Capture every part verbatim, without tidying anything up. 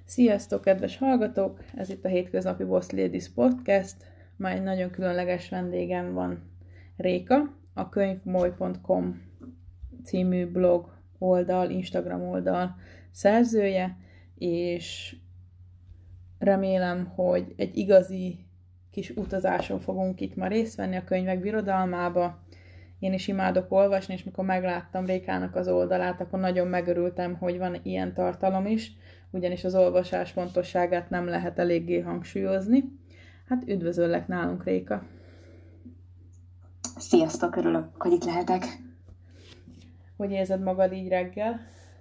Sziasztok, kedves hallgatók! Ez itt a Hétköznapi Boss Ladies Podcast. Ma egy nagyon különleges vendégem van, Réka, a könyvmoly pont com című blog oldal, Instagram oldal szerzője, és remélem, hogy egy igazi kis utazáson fogunk itt ma részt venni a könyvek birodalmába. Én is imádok olvasni, és mikor megláttam Rékának az oldalát, akkor nagyon megörültem, hogy van ilyen tartalom is, ugyanis az olvasás fontosságát nem lehet eléggé hangsúlyozni. Hát üdvözöllek nálunk, Réka! Sziasztok, örülök, hogy itt lehetek. Hogy érzed magad így reggel?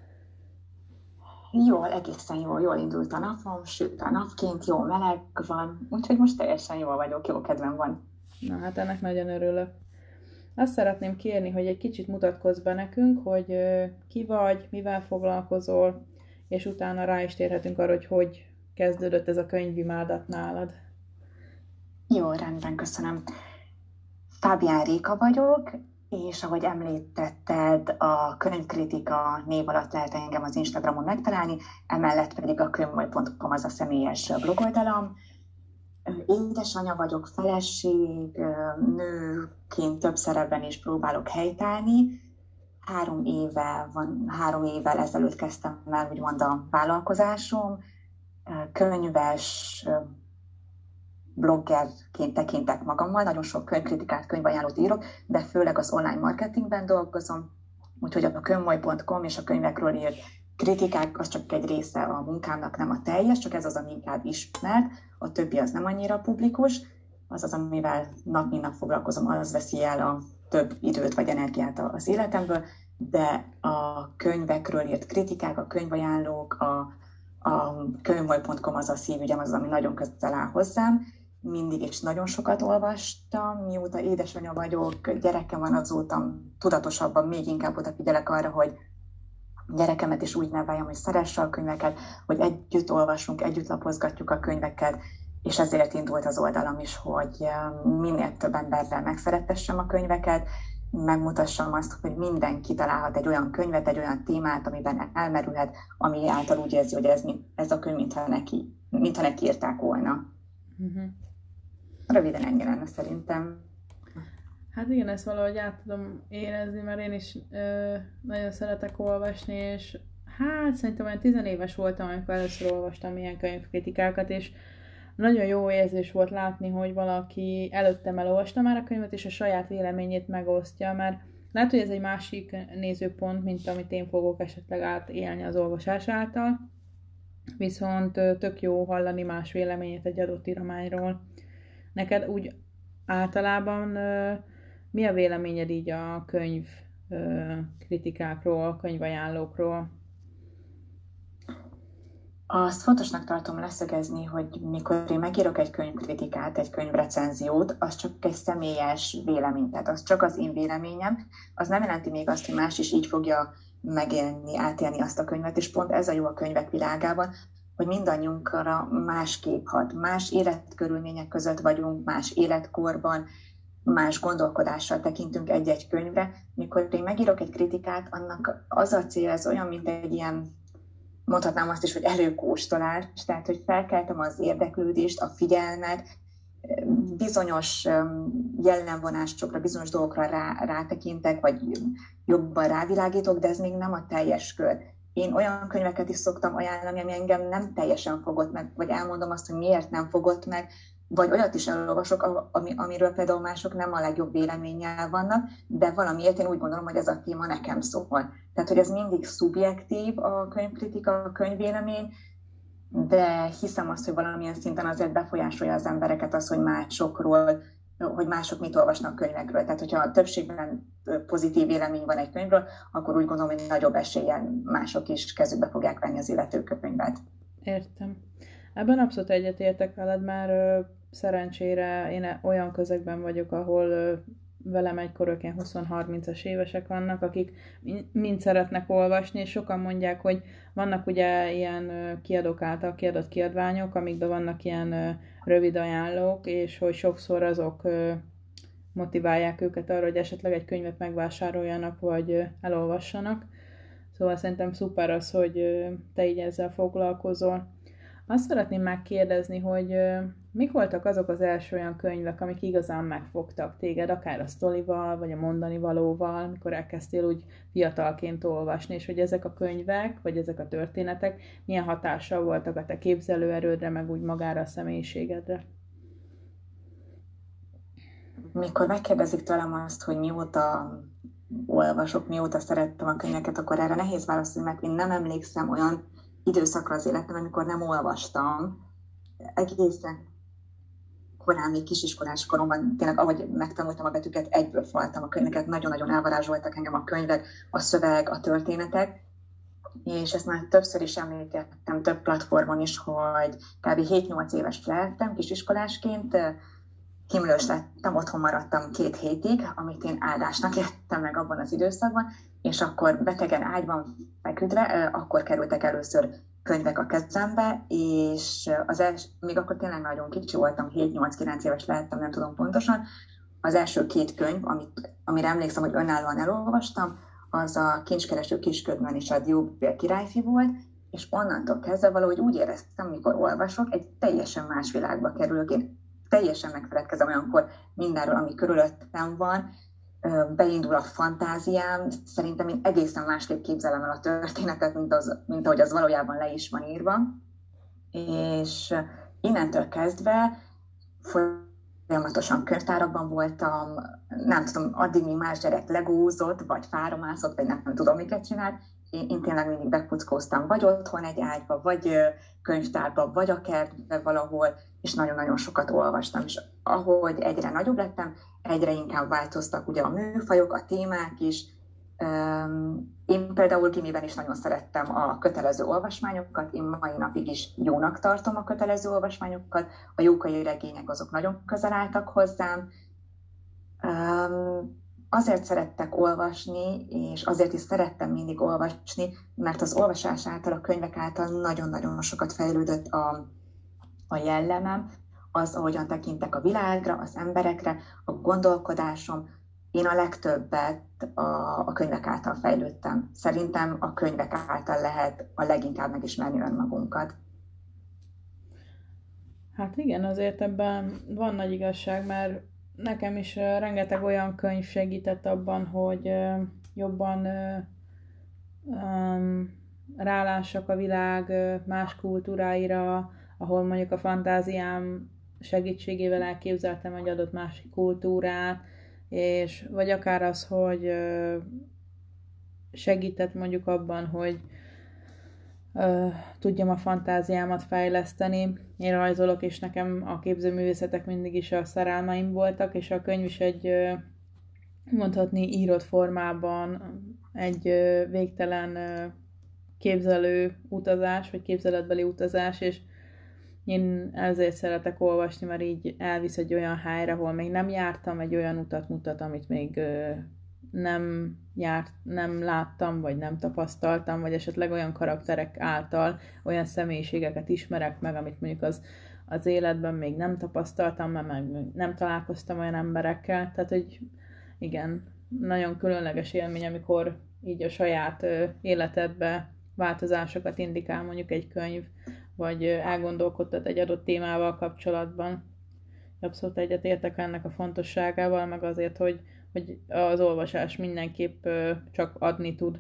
Jól, egészen jól, jól indult a napom, sőt a napként jó meleg van, úgyhogy most teljesen jól vagyok, jó kedvem van. Na hát ennek nagyon örülök. Azt szeretném kérni, hogy egy kicsit mutatkozz be nekünk, hogy ki vagy, mivel foglalkozol, és utána rá is térhetünk arra, hogy hogy kezdődött ez a könyvimádat nálad. Jó, rendben, köszönöm. Fábián Réka vagyok, és ahogy említetted, a könyvkritika név alatt lehet engem az Instagramon megtalálni, emellett pedig a könyvmoly pont com az a személyes blogoldalam. Édesanyja vagyok, feleség, nőként több szerepben is próbálok helytállni. Három éve van, három évvel ezelőtt kezdtem el úgymond a vállalkozásom. Könyves, bloggerként tekintek magammal, nagyon sok könyvkritikát, könyvajánlót írok, de főleg az online marketingben dolgozom, úgyhogy a könyvmoly pont com és a könyvekről írt kritikák, az csak egy része a munkámnak, nem a teljes, csak ez az, ami inkább ismert, a többi az nem annyira publikus, az az, amivel nap mint nap foglalkozom, az veszi el a több időt vagy energiát az életemből, de a könyvekről írt kritikák, a könyvajánlók, a, a könyvmoly pont com az a szívügyem, az, ami nagyon közel áll hozzám. Mindig is nagyon sokat olvastam, mióta édesanyja vagyok, gyerekem van, azóta tudatosabban még inkább odafigyelek arra, hogy gyerekemet is úgy neveljem, hogy szeresse a könyveket, hogy együtt olvasunk, együtt lapozgatjuk a könyveket, és ezért indult az oldalam is, hogy minél több emberrel megszerettessem a könyveket, megmutassam azt, hogy mindenki találhat egy olyan könyvet, egy olyan témát, amiben elmerülhet, ami által úgy érzi, hogy ez, ez a könyv, mintha neki, mintha neki írták volna. Uh-huh. Röviden ennyi lenne szerintem. Hát igen, ezt valahogy át tudom érezni, mert én is ö, nagyon szeretek olvasni, és hát szerintem olyan tizenéves voltam, amikor először olvastam ilyen könyvkritikákat, és nagyon jó érzés volt látni, hogy valaki előttem elolvasta már a könyvet, és a saját véleményét megosztja, mert lehet, hogy ez egy másik nézőpont, mint amit én fogok esetleg átélni az olvasás által, viszont tök jó hallani más véleményét egy adott írományról. Neked úgy általában mi a véleményed így a könyv kritikákról, könyvajánlókról? Azt fontosnak tartom leszögezni, hogy mikor én megírok egy könyvkritikát, egy könyvrecenziót, az csak egy személyes vélemény, tehát az csak az én véleményem, az nem jelenti még azt, hogy más is így fogja megélni, átélni azt a könyvet, és pont ez a jó a könyvek világában, hogy mindannyiunkra másképp hat, más életkörülmények között vagyunk, más életkorban, más gondolkodással tekintünk egy-egy könyvre. Mikor én megírok egy kritikát, annak az a cél, ez olyan, mint egy ilyen, mondhatnám azt is, hogy előkóstolás, tehát hogy felkeltem az érdeklődést, a figyelmet, bizonyos jellemvonásokra, bizonyos dolgokra rá, rátekintek, vagy jobban rávilágítok, de ez még nem a teljes kör. Én olyan könyveket is szoktam ajánlani, ami engem nem teljesen fogott meg, vagy elmondom azt, hogy miért nem fogott meg, vagy olyat is elolvasok, ami, amiről például mások nem a legjobb véleménnyel vannak, de valamiért én úgy gondolom, hogy ez a téma nekem szól. Tehát, hogy ez mindig szubjektív a könyvkritika, a könyvvélemény, de hiszem azt, hogy valamilyen szinten azért befolyásolja az embereket az, hogy másokról, hogy mások mit olvasnak könyvekről. Tehát, hogyha a többségben pozitív vélemény van egy könyvről, akkor úgy gondolom, hogy nagyobb eséllyel mások is kezükbe fogják venni az illető könyvet. Értem. Ebben abszolút egyetértek veled, már ö, szerencsére én olyan közegben vagyok, ahol ö, velem egykorok ilyen húsz-harmincas évesek vannak, akik mind szeretnek olvasni, és sokan mondják, hogy vannak ugye ilyen ö, kiadók által kiadott kiadványok, amikben vannak ilyen ö, rövid ajánlók, és hogy sokszor azok ö, motiválják őket arra, hogy esetleg egy könyvet megvásároljanak, vagy ö, elolvassanak. Szóval szerintem szuper az, hogy ö, te így ezzel foglalkozol. Azt szeretném megkérdezni, hogy mik voltak azok az első olyan könyvek, amik igazán megfogtak téged, akár a sztorival, vagy a mondani valóval, mikor elkezdtél úgy fiatalként olvasni, és hogy ezek a könyvek, vagy ezek a történetek milyen hatással voltak a te képzelőerődre, meg úgy magára a személyiségedre? Mikor megkérdezik tőlem azt, hogy mióta olvasok, mióta szerettem a könyveket, akkor erre nehéz válaszolni, mert én nem emlékszem olyan időszakra az életemben, amikor nem olvastam. Egészen korán, még kisiskolás koromban, tényleg ahogy megtanultam a betűket, egyből faltam a könyveket, nagyon-nagyon elvarázsoltak engem a könyvek, a szöveg, a történetek, és ezt már többször is említettem több platformon is, hogy kb. hét-nyolc éves lehettem kisiskolásként, himlős lettem, otthon maradtam két hétig, amit én áldásnak ettem meg abban az időszakban, és akkor betegen ágyban feküdve, akkor kerültek először könyvek a kezembe, és az els, még akkor tényleg nagyon kicsi voltam, hét-nyolc-kilenc éves lehettem, nem tudom pontosan. Az első két könyv, amit, amire emlékszem, hogy önállóan elolvastam, az a Kincskereső kisködmön és a Dióbél királyfi volt, és onnantól kezdve valahogy úgy éreztem, amikor olvasok, egy teljesen más világba kerülök. Én teljesen megfeledkezem olyankor mindenről, ami körülöttem van, beindul a fantáziám, szerintem én egészen másképp képzelem el a történetet, mint, az, mint ahogy az valójában le is van írva, és innentől kezdve folyamatosan könyvtárakban voltam, nem tudom, addig mi más gyerek legózott, vagy fáromászott, vagy nem, nem tudom, miket csinált, én, én tényleg mindig bekuckóztam, vagy otthon egy ágyba, vagy könyvtárba, vagy a kertbe valahol, és nagyon-nagyon sokat olvastam, és ahogy egyre nagyobb lettem, egyre inkább változtak ugye a műfajok, a témák is. Én például gimiben is nagyon szerettem a kötelező olvasmányokat, én mai napig is jónak tartom a kötelező olvasmányokat, a jókai regények azok nagyon közel álltak hozzám. Azért szerettek olvasni, és azért is szerettem mindig olvasni, mert az olvasás által, a könyvek által nagyon-nagyon sokat fejlődött a, a jellemem, az, ahogyan tekintek a világra, az emberekre, a gondolkodásom. Én a legtöbbet a, a könyvek által fejlődtem. Szerintem a könyvek által lehet a leginkább megismerni önmagunkat. Hát igen, azért ebben van nagy igazság, mert nekem is rengeteg olyan könyv segített abban, hogy jobban um, rálássak a világ más kultúráira, ahol mondjuk a fantáziám segítségével elképzeltem egy adott másik kultúrát, és vagy akár az, hogy segített mondjuk abban, hogy uh, tudjam a fantáziámat fejleszteni. Én rajzolok, és nekem a képzőművészetek mindig is a szerelmeim voltak, és a könyv is egy uh, mondhatni írott formában egy uh, végtelen uh, képzelő utazás, vagy képzeletbeli utazás, és én ezért szeretek olvasni, mert így elvisz egy olyan helyre, ahol még nem jártam, egy olyan utat mutat, amit még uh, nem járt, nem láttam, vagy nem tapasztaltam, vagy esetleg olyan karakterek által olyan személyiségeket ismerek meg, amit mondjuk az, az életben még nem tapasztaltam, mert meg nem találkoztam olyan emberekkel. Tehát, hogy igen, nagyon különleges élmény, amikor így a saját uh, életedbe változásokat indikál mondjuk egy könyv, vagy elgondolkodtat egy adott témával kapcsolatban. Abszolút egyetértek ennek a fontosságával, meg azért, hogy, hogy az olvasás mindenképp csak adni tud.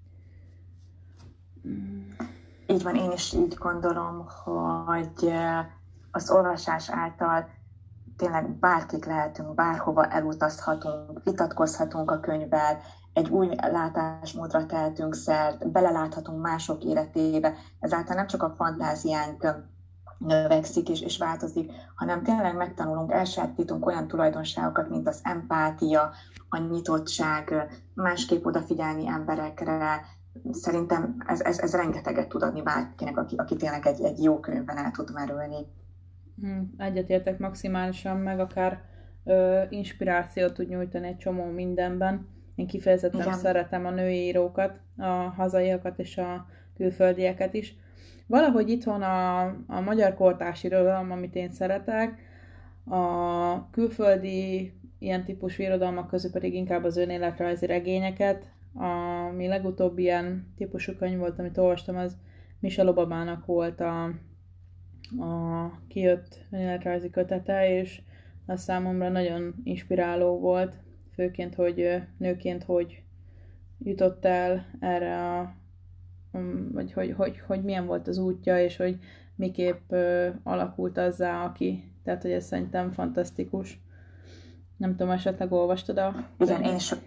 Így van, én is így gondolom, hogy az olvasás által tényleg bárkik lehetünk, bárhova elutazhatunk, vitatkozhatunk a könyvvel, egy új látásmódra tehetünk szert, beleláthatunk mások életébe, ezáltal nem csak a fantáziánk növekszik és, és változik, hanem tényleg megtanulunk, elsajátítunk olyan tulajdonságokat, mint az empátia, a nyitottság, másképp odafigyelni emberekre. Szerintem ez, ez, ez rengeteget tud adni bárkinek, aki, aki tényleg egy, egy jó könyvben el tud merülni. Egyetértek maximálisan, meg akár ö, inspirációt tud nyújtani egy csomó mindenben. Én kifejezetten Igen. szeretem a női írókat, a hazaiakat és a külföldieket is. Valahogy itthon a, a magyar kortárs irodalom, amit én szeretek, a külföldi ilyen típusú irodalmak közül pedig inkább az önéletrajzi regényeket. Ami legutóbb ilyen típusú könyv volt, amit olvastam, az Michelle Obamának volt a a kijött önéletrajzi kötete, és az számomra nagyon inspiráló volt, főként, hogy nőként hogy jutott el erre a, vagy hogy, hogy, hogy milyen volt az útja, és hogy miképp alakult azzá, aki. Tehát, hogy ez szerintem fantasztikus. Nem tudom, esetleg olvastad a Igen, én is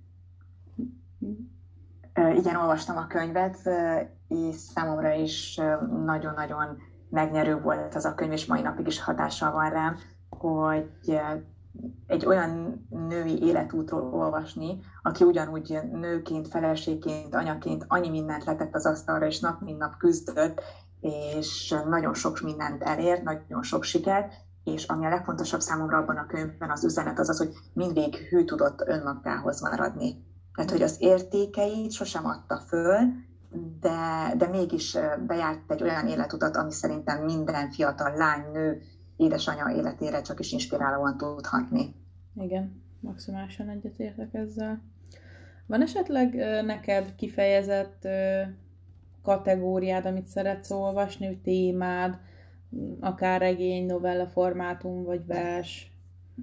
igen, olvastam a könyvet, és számomra is nagyon-nagyon megnyerő volt az a könyv, és mai napig is hatással van rám, hogy egy olyan női életútról olvasni, aki ugyanúgy nőként, feleségként, anyaként annyi mindent letett az asztalra, és nap mint nap küzdött, és nagyon sok mindent elért, nagyon sok sikert, és ami a legfontosabb számomra abban a könyvben az üzenet az az, hogy mindig hű tudott önmagához maradni. Tehát, hogy az értékeit sosem adta föl, de, de mégis bejárt egy olyan életutat, ami szerintem minden fiatal lány, nő, édesanyja életére csak is inspirálóan tudhatni. Igen, maximálisan egyetértek ezzel. Van esetleg neked kifejezett kategóriád, amit szeretsz olvasni, témád, akár regény, novella formátum, vagy vers?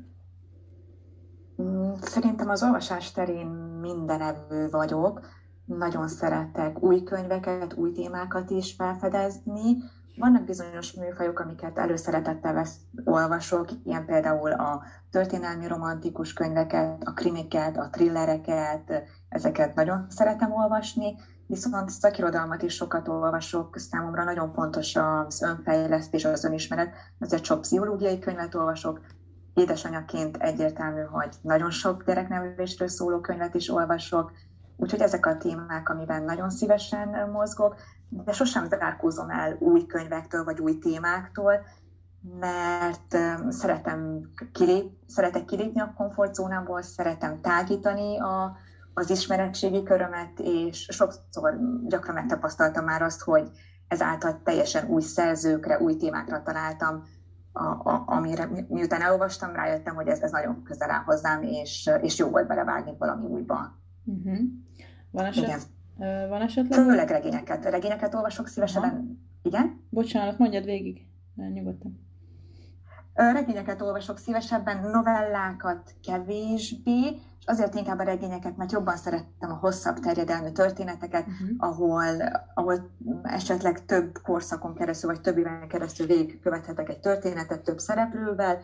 Szerintem az olvasás terén mindenevő vagyok. Nagyon szeretek új könyveket, új témákat is felfedezni. Vannak bizonyos műfajok, amiket előszeretettel vesz, olvasok, ilyen például a történelmi romantikus könyveket, a krimiket, a thrillereket, ezeket nagyon szeretem olvasni, viszont szakirodalmat is sokat olvasok, számomra nagyon fontos az önfejlesztés, az önismeret, ezért sok pszichológiai könyvet olvasok, édesanyaként egyértelmű, hogy nagyon sok gyereknevelésről szóló könyvet is olvasok, úgyhogy ezek a témák, amiben nagyon szívesen mozgok, de sosem zárkózom el új könyvektől vagy új témáktól, mert szeretem kilép, szeretek kilépni a komfortzónámból, szeretem tágítani a, az ismeretségi körömet, és sokszor gyakran megtapasztaltam már azt, hogy ezáltal teljesen új szerzőkre, új témákra találtam, A, a, amire miután elolvastam, rájöttem, hogy ez, ez nagyon közel áll hozzám, és, és jó volt belevágni valami újba. Uh-huh. Van, eset, uh, van esetleg? Főleg regényeket. Regényeket olvasok szívesebben. Aha. Igen? Bocsánat, mondjad végig. Nyugodtan. Regényeket olvasok szívesebben, novellákat kevésbé, és azért inkább a regényeket, mert jobban szerettem a hosszabb terjedelmű történeteket, uh-huh. ahol, ahol esetleg több korszakon keresztül, vagy több éven keresztül végigkövethetek egy történetet több szereplővel.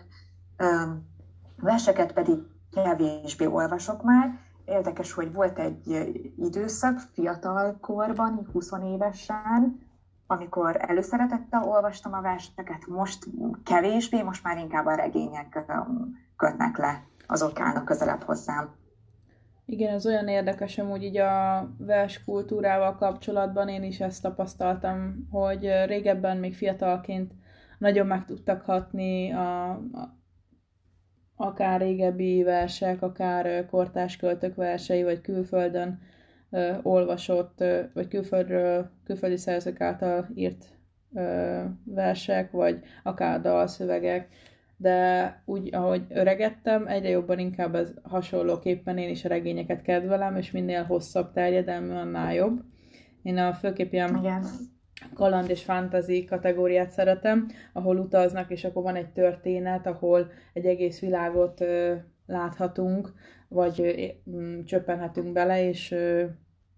Verseket pedig kevésbé olvasok már. Érdekes, hogy volt egy időszak fiatal korban, húsz évesen, amikor előszeretettel olvastam a verseket, most kevésbé, most már inkább a regények kötnek le, azok állnak közelebb hozzám. Igen, ez olyan érdekes, amúgy így a verskultúrával kapcsolatban én is ezt tapasztaltam, hogy régebben még fiatalként nagyon meg tudtak hatni a, a, akár régebbi versek, akár kortárs költők versei, vagy külföldön ö, olvasott, ö, vagy külföldről, külföldi szerzők által írt ö, versek, vagy akár dalszövegek, de úgy, ahogy öregettem, egyre jobban inkább ez hasonlóképpen én is a regényeket kedvelem, és minél hosszabb terjedelmű, annál jobb. Én a főképp ilyen Igen. kaland és fantasy kategóriát szeretem, ahol utaznak, és akkor van egy történet, ahol egy egész világot ö, láthatunk, vagy ö, csöppenhetünk bele, és ö,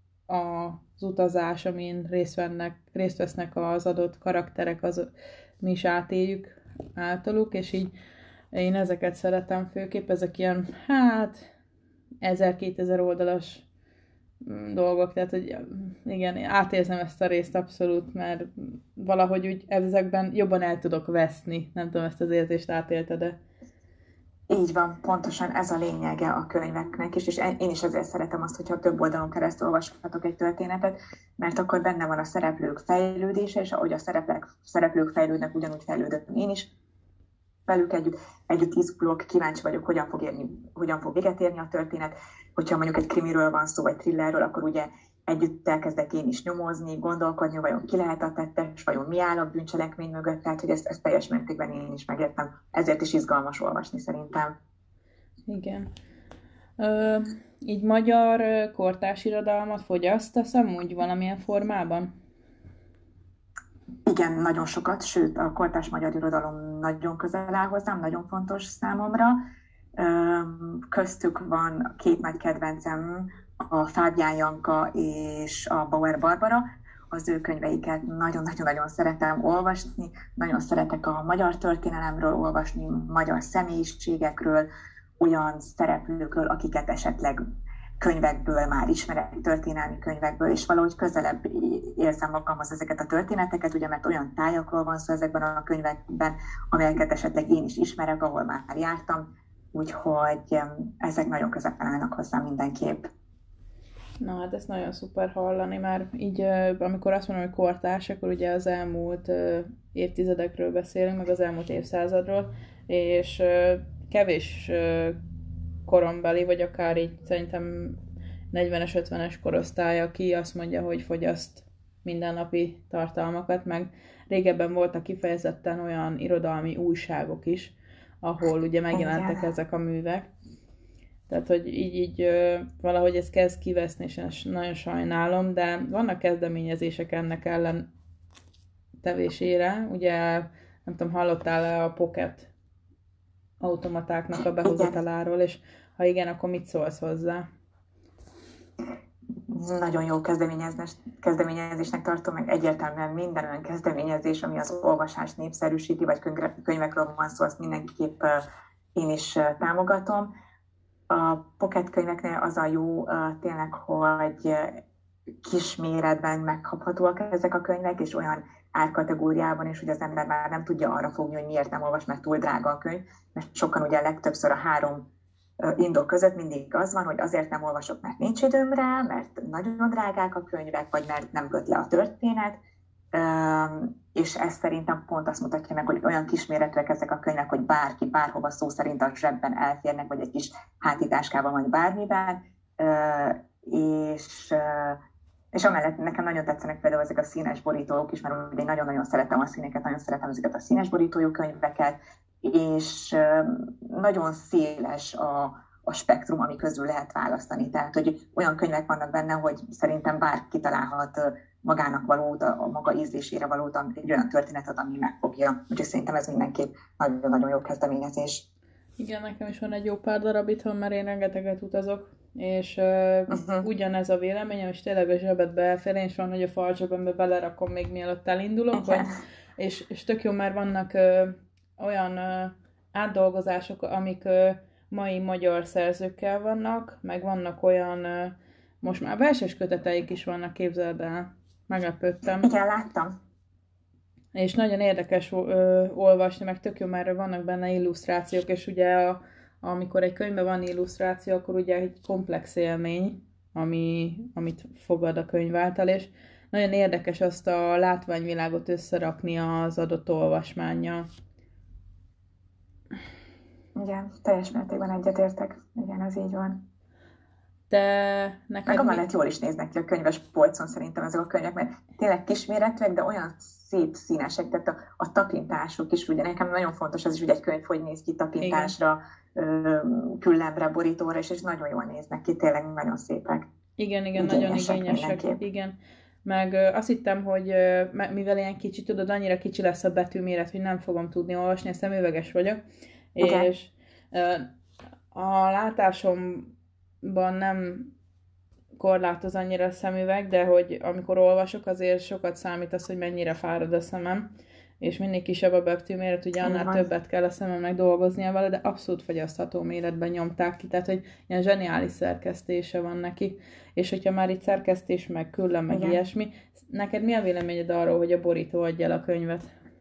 az utazás, amin részt, vennek, részt vesznek az adott karakterek, az mi is átéljük általuk, és így én ezeket szeretem főképp, ezek ilyen, hát, ezer-kétezer oldalas dolgok, tehát, hogy igen, átérzem ezt a részt abszolút, mert valahogy úgy ezekben jobban el tudok veszni, nem tudom, ezt az érzést átélted, de... Így van, pontosan ez a lényege a könyveknek is, és én is ezért szeretem azt, hogyha több oldalon keresztül olvashatok egy történetet, mert akkor benne van a szereplők fejlődése, és ahogy a szereplők, szereplők fejlődnek, ugyanúgy fejlődök én is velük együtt, együtt izgulok, kíváncsi vagyok, hogyan fog, érni, hogyan fog véget érni a történet. Hogyha mondjuk egy krimiről van szó, vagy thrillerről, akkor ugye együtt elkezdek én is nyomozni, gondolkodni, vajon ki lehet a tettes, vajon mi áll a bűncselekmény mögött, tehát hogy ezt, ezt teljes mértékben én is megértem. Ezért is izgalmas olvasni szerintem. Igen. Ö, így magyar kortárs irodalmat fogyasztasz amúgy valamilyen formában? Igen, nagyon sokat, sőt, a kortárs magyar irodalom nagyon közel áll hozzám, nagyon fontos számomra. Köztük van két nagy kedvencem, a Fábián Janka és a Bauer Barbara. Az ő könyveiket nagyon-nagyon-nagyon szeretem olvasni, nagyon szeretek a magyar történelemről olvasni, magyar személyiségekről, olyan szereplőkről, akiket esetleg könyvekből már ismerek, történelmi könyvekből, és valahogy közelebb érzem magamhoz ezeket a történeteket, ugye, mert olyan tájakról van szó ezekben a könyvekben, amelyeket esetleg én is ismerek, ahol már jártam, úgyhogy ezek nagyon közel állnak hozzám mindenképp. Na hát ezt nagyon szuper hallani, már így amikor azt mondom, hogy kortárs, akkor ugye az elmúlt évtizedekről beszélünk, meg az elmúlt évszázadról, és kevés korombeli, vagy akár így szerintem negyvenes, ötvenes korosztály, aki azt mondja, hogy fogyaszt mindennapi tartalmakat, meg régebben voltak kifejezetten olyan irodalmi újságok is, ahol ugye megjelentek ezek a művek. Tehát, hogy így, így valahogy ez kezd kiveszni, és ezt nagyon sajnálom, de vannak kezdeményezések ennek ellen tevésére. Ugye, nem tudom, hallottál-e a Pocket automatáknak a behozataláról, és ha igen, akkor mit szólsz hozzá? Nagyon jó kezdeményezésnek tartom, meg egyértelműen minden olyan kezdeményezés, ami az olvasást népszerűsíti, vagy könyvekről van szó, azt mindenképp én is támogatom. A Pocket könyveknél az a jó tényleg, hogy kis méretben megkaphatóak ezek a könyvek, és olyan árkategóriában is, hogy az ember már nem tudja arra fogni, hogy miért nem olvas, mert túl drága a könyv, mert sokan ugye legtöbbször a három indok között mindig az van, hogy azért nem olvasok, mert nincs időm rá, mert nagyon drágák a könyvek, vagy mert nem köt le a történet, és ez szerintem pont azt mutatja meg, hogy olyan kisméretűek ezek a könyvek, hogy bárki bárhova szó szerint a zsebben elférnek, vagy egy kis hátitáskában, vagy bármiben, és, és amellett nekem nagyon tetszenek például ezek a színes borítók is, mert én nagyon-nagyon szeretem a színeket, nagyon szeretem ezeket a színes borítójú könyveket, és nagyon széles a, a spektrum, ami közül lehet választani. Tehát, hogy olyan könyvek vannak benne, hogy szerintem bárki találhat magának valót, a maga ízlésére valót, egy olyan történetet, ami megfogja. Úgyhogy szerintem ez mindenképp nagyon-nagyon jó kezdeményezés. Igen, nekem is van egy jó pár darab itthon, mert én rengeteget utazok, és uh, uh-huh. ugyanez a véleményem, és tényleg a zsebedbe elfér, én is van, hogy a falzsebembe belerakom még mielőtt elindulok, vagy, és, és tök jó, már vannak uh, olyan uh, átdolgozások, amik uh, mai magyar szerzőkkel vannak, meg vannak olyan, uh, most már verses köteteik is vannak, képzeld el. Meglepődtem. Igen, láttam. És nagyon érdekes ö, olvasni, meg tök jó, mert vannak benne illusztrációk, és ugye a, amikor egy könyvben van illusztráció, akkor ugye egy komplex élmény, ami, amit fogad a könyv által, és nagyon érdekes azt a látványvilágot összerakni az adott olvasmánnyal. Igen, teljes mértékben egyetértek. Igen, ez így van. De neked meg amellett jól is néznek ki a könyves polcon szerintem ezek a könyvek, mert tényleg kisméretűek, de olyan szép színesek, tehát a, a tapintásuk is, ugye nekem nagyon fontos az is, hogy egy könyv hogy néz ki tapintásra, ö, küllemre, borítóra, és, és nagyon jól néznek ki, tényleg nagyon szépek. Igen, igen, igényesek, nagyon igényesek. Mindenképp. Igen. Meg ö, azt hittem, hogy ö, mivel ilyen kicsi, tudod, annyira kicsi lesz a betűméret, hogy nem fogom tudni olvasni, szemüveges vagyok, okay. És ö, a látásom nem korlátoz annyira a szemüveg, de hogy amikor olvasok, azért sokat számít az, hogy mennyire fárad a szemem, és minél kisebb a betűméret, ugye annál uh-huh. többet kell a szememnek dolgoznia vele, de abszolút fogyasztható méretben nyomták ki, tehát hogy ilyen zseniális szerkesztése van neki, és hogyha már itt szerkesztés, meg küllem, meg igen. ilyesmi, neked mi a véleményed arról, hogy a borító adja el a könyvet?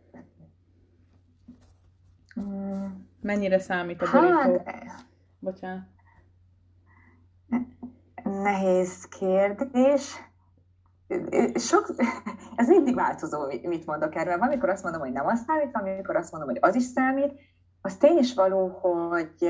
Hmm. Mennyire számít a borító? Hát... Bocsánat. Nehéz kérdés. Sok, ez mindig változó, mit mondok erről. Valamikor azt mondom, hogy nem az számít, valamikor azt mondom, hogy az is számít. Az tény is való, hogy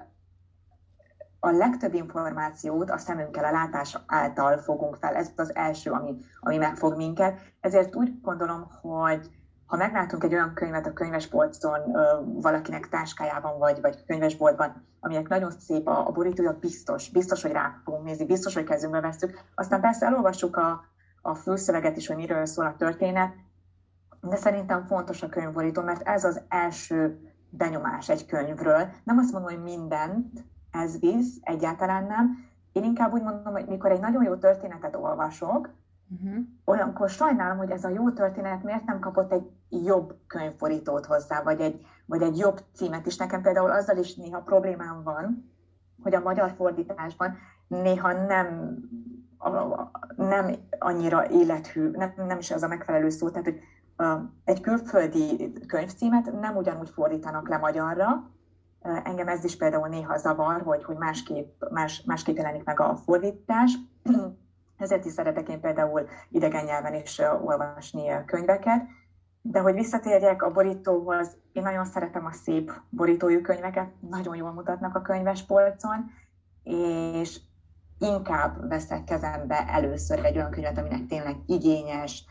a legtöbb információt a szemünkkel, a látás által fogunk fel. Ez az első, ami, ami megfog minket. Ezért úgy gondolom, hogy ha meglátunk egy olyan könyvet a könyvespolcon, valakinek táskájában vagy, vagy könyvesboltban, aminek nagyon szép a, a borítója, biztos, biztos, hogy rá fogunk nézni, biztos, hogy kezünkbe vesszük. Aztán persze elolvassuk a, a fülszöveget is, hogy miről szól a történet, de szerintem fontos a könyvborító, mert ez az első benyomás egy könyvről. Nem azt mondom, hogy mindent ez visz, egyáltalán nem. Én inkább úgy mondom, hogy mikor egy nagyon jó történetet olvasok, uh-huh. olyankor sajnálom, hogy ez a jó történet miért nem kapott egy jobb könyvborítót hozzá, vagy egy, vagy egy jobb címet is. Nekem például azzal is néha problémám van, hogy a magyar fordításban néha nem, nem annyira élethű, nem, nem is az a megfelelő szó, tehát hogy egy külföldi könyvcímet nem ugyanúgy fordítanak le magyarra. Engem ez is például néha zavar, hogy, hogy másképp, más, másképp jelenik meg a fordítás. Ezért is szeretek én például idegen nyelven is olvasni könyveket. De hogy visszatérjek a borítóhoz, én nagyon szeretem a szép borítójú könyveket, nagyon jól mutatnak a könyvespolcon, és inkább veszek kezembe először egy olyan könyvet, aminek tényleg igényes,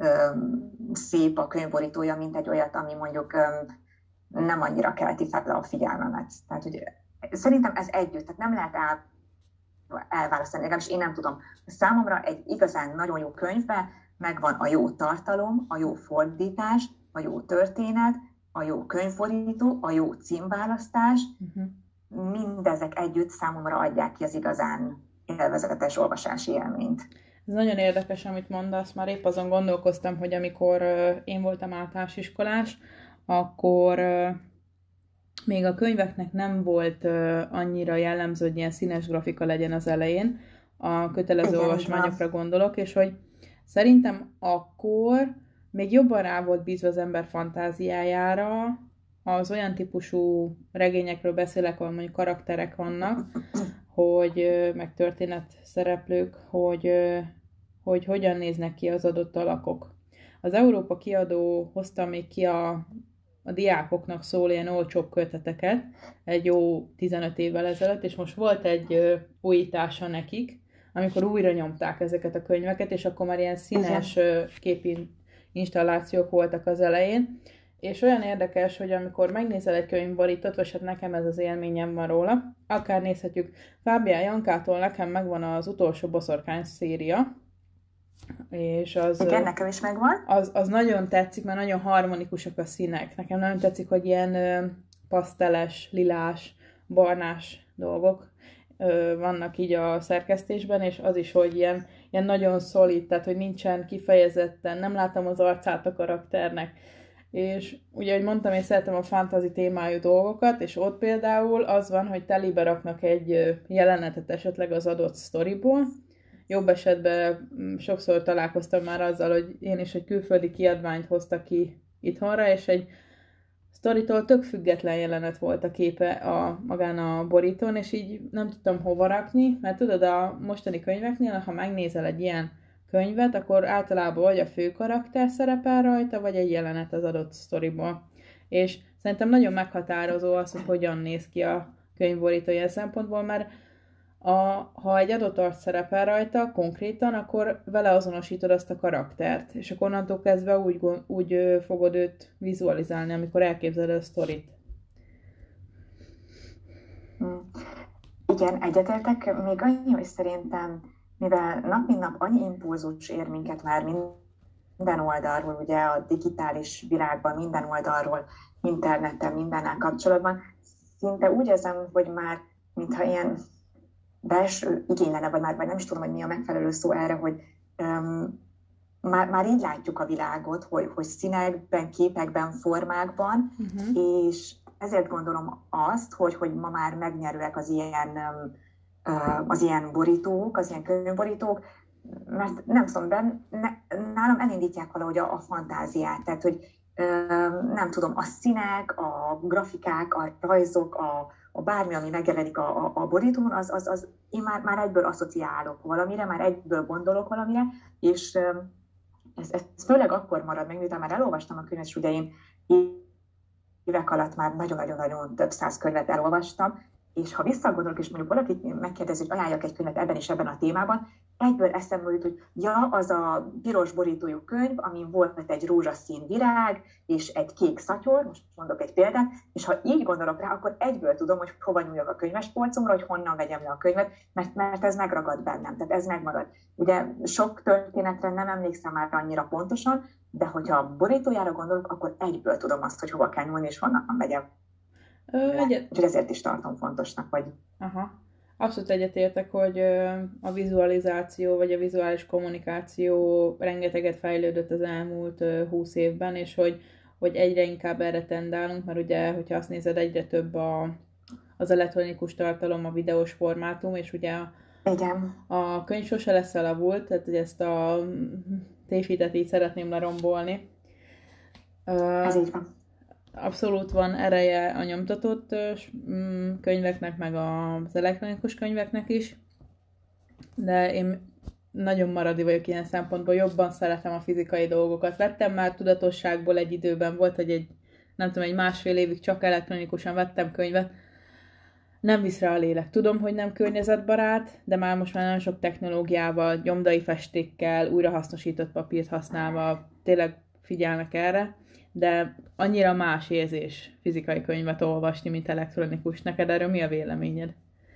szép a könyvborítója, mint egy olyat, ami mondjuk nem annyira kelti fel a figyelmemet. Tehát, hogy szerintem ez együtt, tehát nem lehet el, elválasztani, legalábbis én nem tudom. Számomra egy igazán nagyon jó könyvben megvan a jó tartalom, a jó fordítás, a jó történet, a jó könyvborító, a jó címválasztás, uh-huh. mindezek együtt számomra adják ki az igazán élvezetes olvasási élményt. Ez nagyon érdekes, amit mondasz, már épp azon gondolkoztam, hogy amikor én voltam általános iskolás, akkor még a könyveknek nem volt annyira jellemző, hogy ilyen színes grafika legyen az elején, a kötelező igen, olvasmányokra gondolok, és hogy szerintem akkor még jobban rá volt bízva az ember fantáziájára, az olyan típusú regényekről beszélek, ahol mondjuk karakterek vannak, hogy meg történet szereplők, hogy, hogy hogyan néznek ki az adott alakok. Az Európa kiadó hozta még ki a, a diákoknak szól ilyen olcsóbb köteteket egy jó tizenöt évvel ezelőtt, és most volt egy újítása nekik, amikor újra nyomták ezeket a könyveket, és akkor már ilyen színes képi installációk voltak az elején, és olyan érdekes, hogy amikor megnézel egy könyvborítót, vagy hát nekem ez az élményem van róla, akár nézhetjük, Fábián Jankától nekem megvan az utolsó boszorkány széria, és az... Igen, nekem is megvan. Az, az nagyon tetszik, mert nagyon harmonikusak a színek. Nekem nagyon tetszik, hogy ilyen ö, paszteles, lilás, barnás dolgok ö, vannak így a szerkesztésben, és az is, hogy ilyen, ilyen nagyon szolid, tehát hogy nincsen kifejezetten, nem látom az arcát a karakternek. És ugye, ahogy mondtam, én szeretem a fantasy témájú dolgokat, és ott például az van, hogy telibe raknak egy jelenetet esetleg az adott sztoriból. Jobb esetben sokszor találkoztam már azzal, hogy én is egy külföldi kiadványt hoztak ki itthonra, és egy sztoritól tök független jelenet volt a képe a, magán a borítón, és így nem tudtam hova rakni, mert tudod, a mostani könyveknél, ha megnézel egy ilyen könyvet, akkor általában vagy a fő karakter szerepel rajta, vagy egy jelenet az adott sztoriból. És szerintem nagyon meghatározó az, hogy hogyan néz ki a könyvborító ilyen szempontból, mert a, ha egy adott arc szerepel rajta konkrétan, akkor vele azonosítod azt a karaktert, és akkor onnantól kezdve úgy, úgy fogod őt vizualizálni, amikor elképzeled a sztorit. Igen, egyetértek. Még annyi, hogy szerintem mivel nap mint nap annyi impulzus ér minket már minden oldalról, ugye a digitális világban, minden oldalról, interneten, mindennel kapcsolatban, szinte úgy érzem, hogy már, mintha ilyen belső igény lenne, vagy már vagy nem is tudom, hogy mi a megfelelő szó erre, hogy um, már, már így látjuk a világot, hogy, hogy színekben, képekben, formákban, uh-huh. és ezért gondolom azt, hogy, hogy ma már megnyerőek az ilyen um, az ilyen borítók, az ilyen könyvborítók, mert nem tudom, de ne, nálam elindítják valahogy a, a fantáziát, tehát, hogy nem tudom, a színek, a grafikák, a rajzok, a, a bármi, ami megjelenik a, a, a borítón, az, az, az én már, már egyből asszociálok valamire, már egyből gondolok valamire, és ez, ez főleg akkor marad meg, miután már elolvastam a könyvet, és ugye én évek alatt már nagyon-nagyon-nagyon több száz könyvet elolvastam, és ha visszagondolok, és mondjuk valaki megkérdezi, hogy ajánljak egy könyvet ebben és ebben a témában, egyből eszembe jut, hogy ja, az a piros borítójú könyv, amin volt egy rózsaszín virág, és egy kék szatyor, most mondok egy példát, és ha így gondolok rá, akkor egyből tudom, hogy hova nyúljak a könyvespolcomra, hogy honnan vegyem le a könyvet, mert, mert ez megragad bennem, tehát ez megmarad. Ugye sok történetre nem emlékszem már annyira pontosan, de hogyha a borítójára gondolok, akkor egyből tudom azt, hogy hova kell nyúlni, és honnan vegyem. Úgyhogy ezért is tartom fontosnak, hogy... Aha. Abszolút egyetértek, hogy a vizualizáció vagy a vizuális kommunikáció rengeteget fejlődött az elmúlt húsz évben, és hogy, hogy egyre inkább erre tendálunk, mert ugye, hogyha azt nézed, egyre több a, az elektronikus tartalom, a videós formátum, és ugye a, Igen. a könyv sose lesz elavult, tehát ugye ezt a tévhitet így szeretném lerombolni. Ez így van. Abszolút van ereje a nyomtatott könyveknek, meg az elektronikus könyveknek is, de én nagyon maradi vagyok ilyen szempontból, jobban szeretem a fizikai dolgokat. Vettem már tudatosságból egy időben, volt, hogy egy, nem tudom, egy másfél évig csak elektronikusan vettem könyvet, nem visz rá a lélek. Tudom, hogy nem környezetbarát, de már most már nagyon sok technológiával, nyomdai festékkel, újrahasznosított papírt használva tényleg figyelnek erre, de annyira más érzés fizikai könyvet olvasni, mint elektronikus. Neked erről mi a véleményed?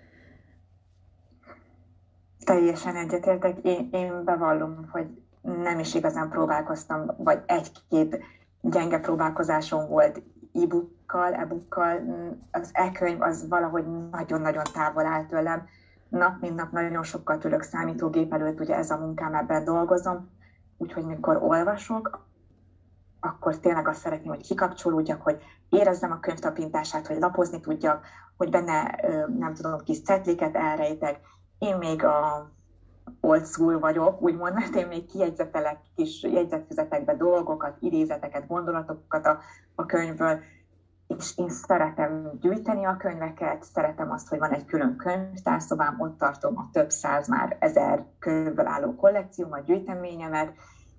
Teljesen egyetértek. Én, én bevallom, hogy nem is igazán próbálkoztam, vagy egy-két gyenge próbálkozásom volt e-bookkal, e-bookkal. Az e-könyv az valahogy nagyon-nagyon távol áll tőlem. Nap mint nap nagyon sokkal ülök számítógép előtt, ugye ez a munkám, ebben dolgozom. Úgyhogy mikor olvasok, akkor tényleg azt szeretném, hogy kikapcsolódjak, hogy érezzem a könyv tapintását, hogy lapozni tudjak, hogy benne, nem tudom, kis cetliket elrejtek. Én még a old school vagyok, úgymond, mert én még kijegyzetelek kis jegyzetfüzetekbe dolgokat, idézeteket, gondolatokat a, a könyvből, és én szeretem gyűjteni a könyveket, szeretem azt, hogy van egy külön könyvtárszobám, ott tartom a több száz, már ezer könyvből álló kollekciómat, gyűjteményemet.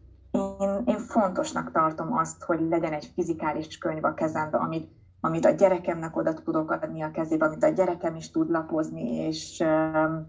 Én, én fontosnak tartom azt, hogy legyen egy fizikális könyv a kezembe, amit, amit a gyerekemnek oda tudok adni a kezébe, amit a gyerekem is tud lapozni, és um,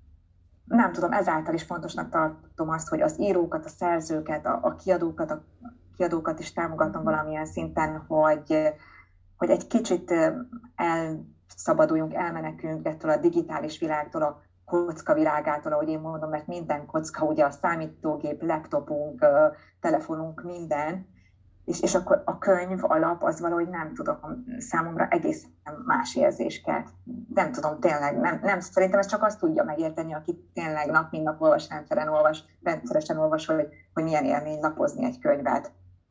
nem tudom, ezáltal is fontosnak tartom azt, hogy az írókat, a szerzőket, a, a kiadókat, a kiadókat is támogatom valamilyen szinten, hogy, hogy egy kicsit elszabaduljunk, elmeneküljünk ettől a digitális világtól, a kocka világától, ahogy én mondom, mert minden kocka, ugye a számítógép, laptopunk, telefonunk, minden, és, és akkor a könyv alap az valahogy nem tudom, számomra egészen más érzés kell. Nem tudom, tényleg, nem, nem, szerintem ez csak azt tudja megérteni, aki tényleg nap mint nap olvas, rendszeresen olvas, rendszeresen olvas, hogy, hogy milyen élmény lapozni egy könyvet.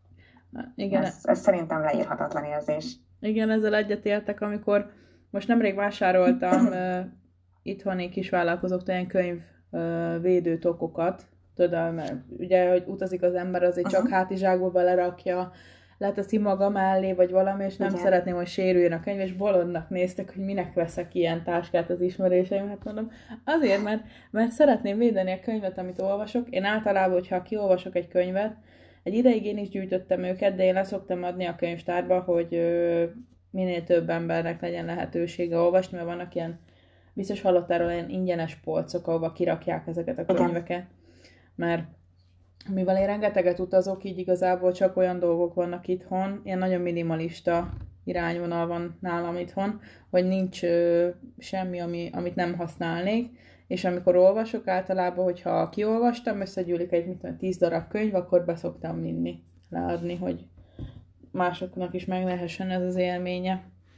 Igen. Ez, ez szerintem leírhatatlan érzés. Igen, ezzel egyetértek, amikor most nemrég vásároltam itthoni kisvállalkozóktól ilyen könyvvédő tokokat, tudod, mert ugye, hogy utazik az ember, azért uh-huh. csak hátizsákba belerakja, leteszi maga mellé, vagy valami, és nem igen. szeretném, hogy sérüljön a könyv, és bolondnak néztek, hogy minek veszek ilyen táskát az ismerőseim. Hát mondom, azért, mert, mert szeretném védeni a könyvet, amit olvasok. Én általában, hogyha kiolvasok egy könyvet, egy ideig én is gyűjtöttem őket, de én leszoktam adni a könyvtárba, hogy ö, minél több embernek legyen lehetősége olvasni, mert vannak ilyen, biztos hallottál róla, ilyen ingyenes polcok, ahova kirakják ezeket a könyveket. Mert mivel én rengeteget utazok, így igazából csak olyan dolgok vannak itthon, ilyen nagyon minimalista irányvonal van nálam itthon, hogy nincs ö, semmi, ami, amit nem használnék, és amikor olvasok, általában, hogyha kiolvastam, összegyűlik egy mit tudom, tíz darab könyv, akkor be szoktam vinni, leadni, hogy másoknak is meg lehessen ez az élménye.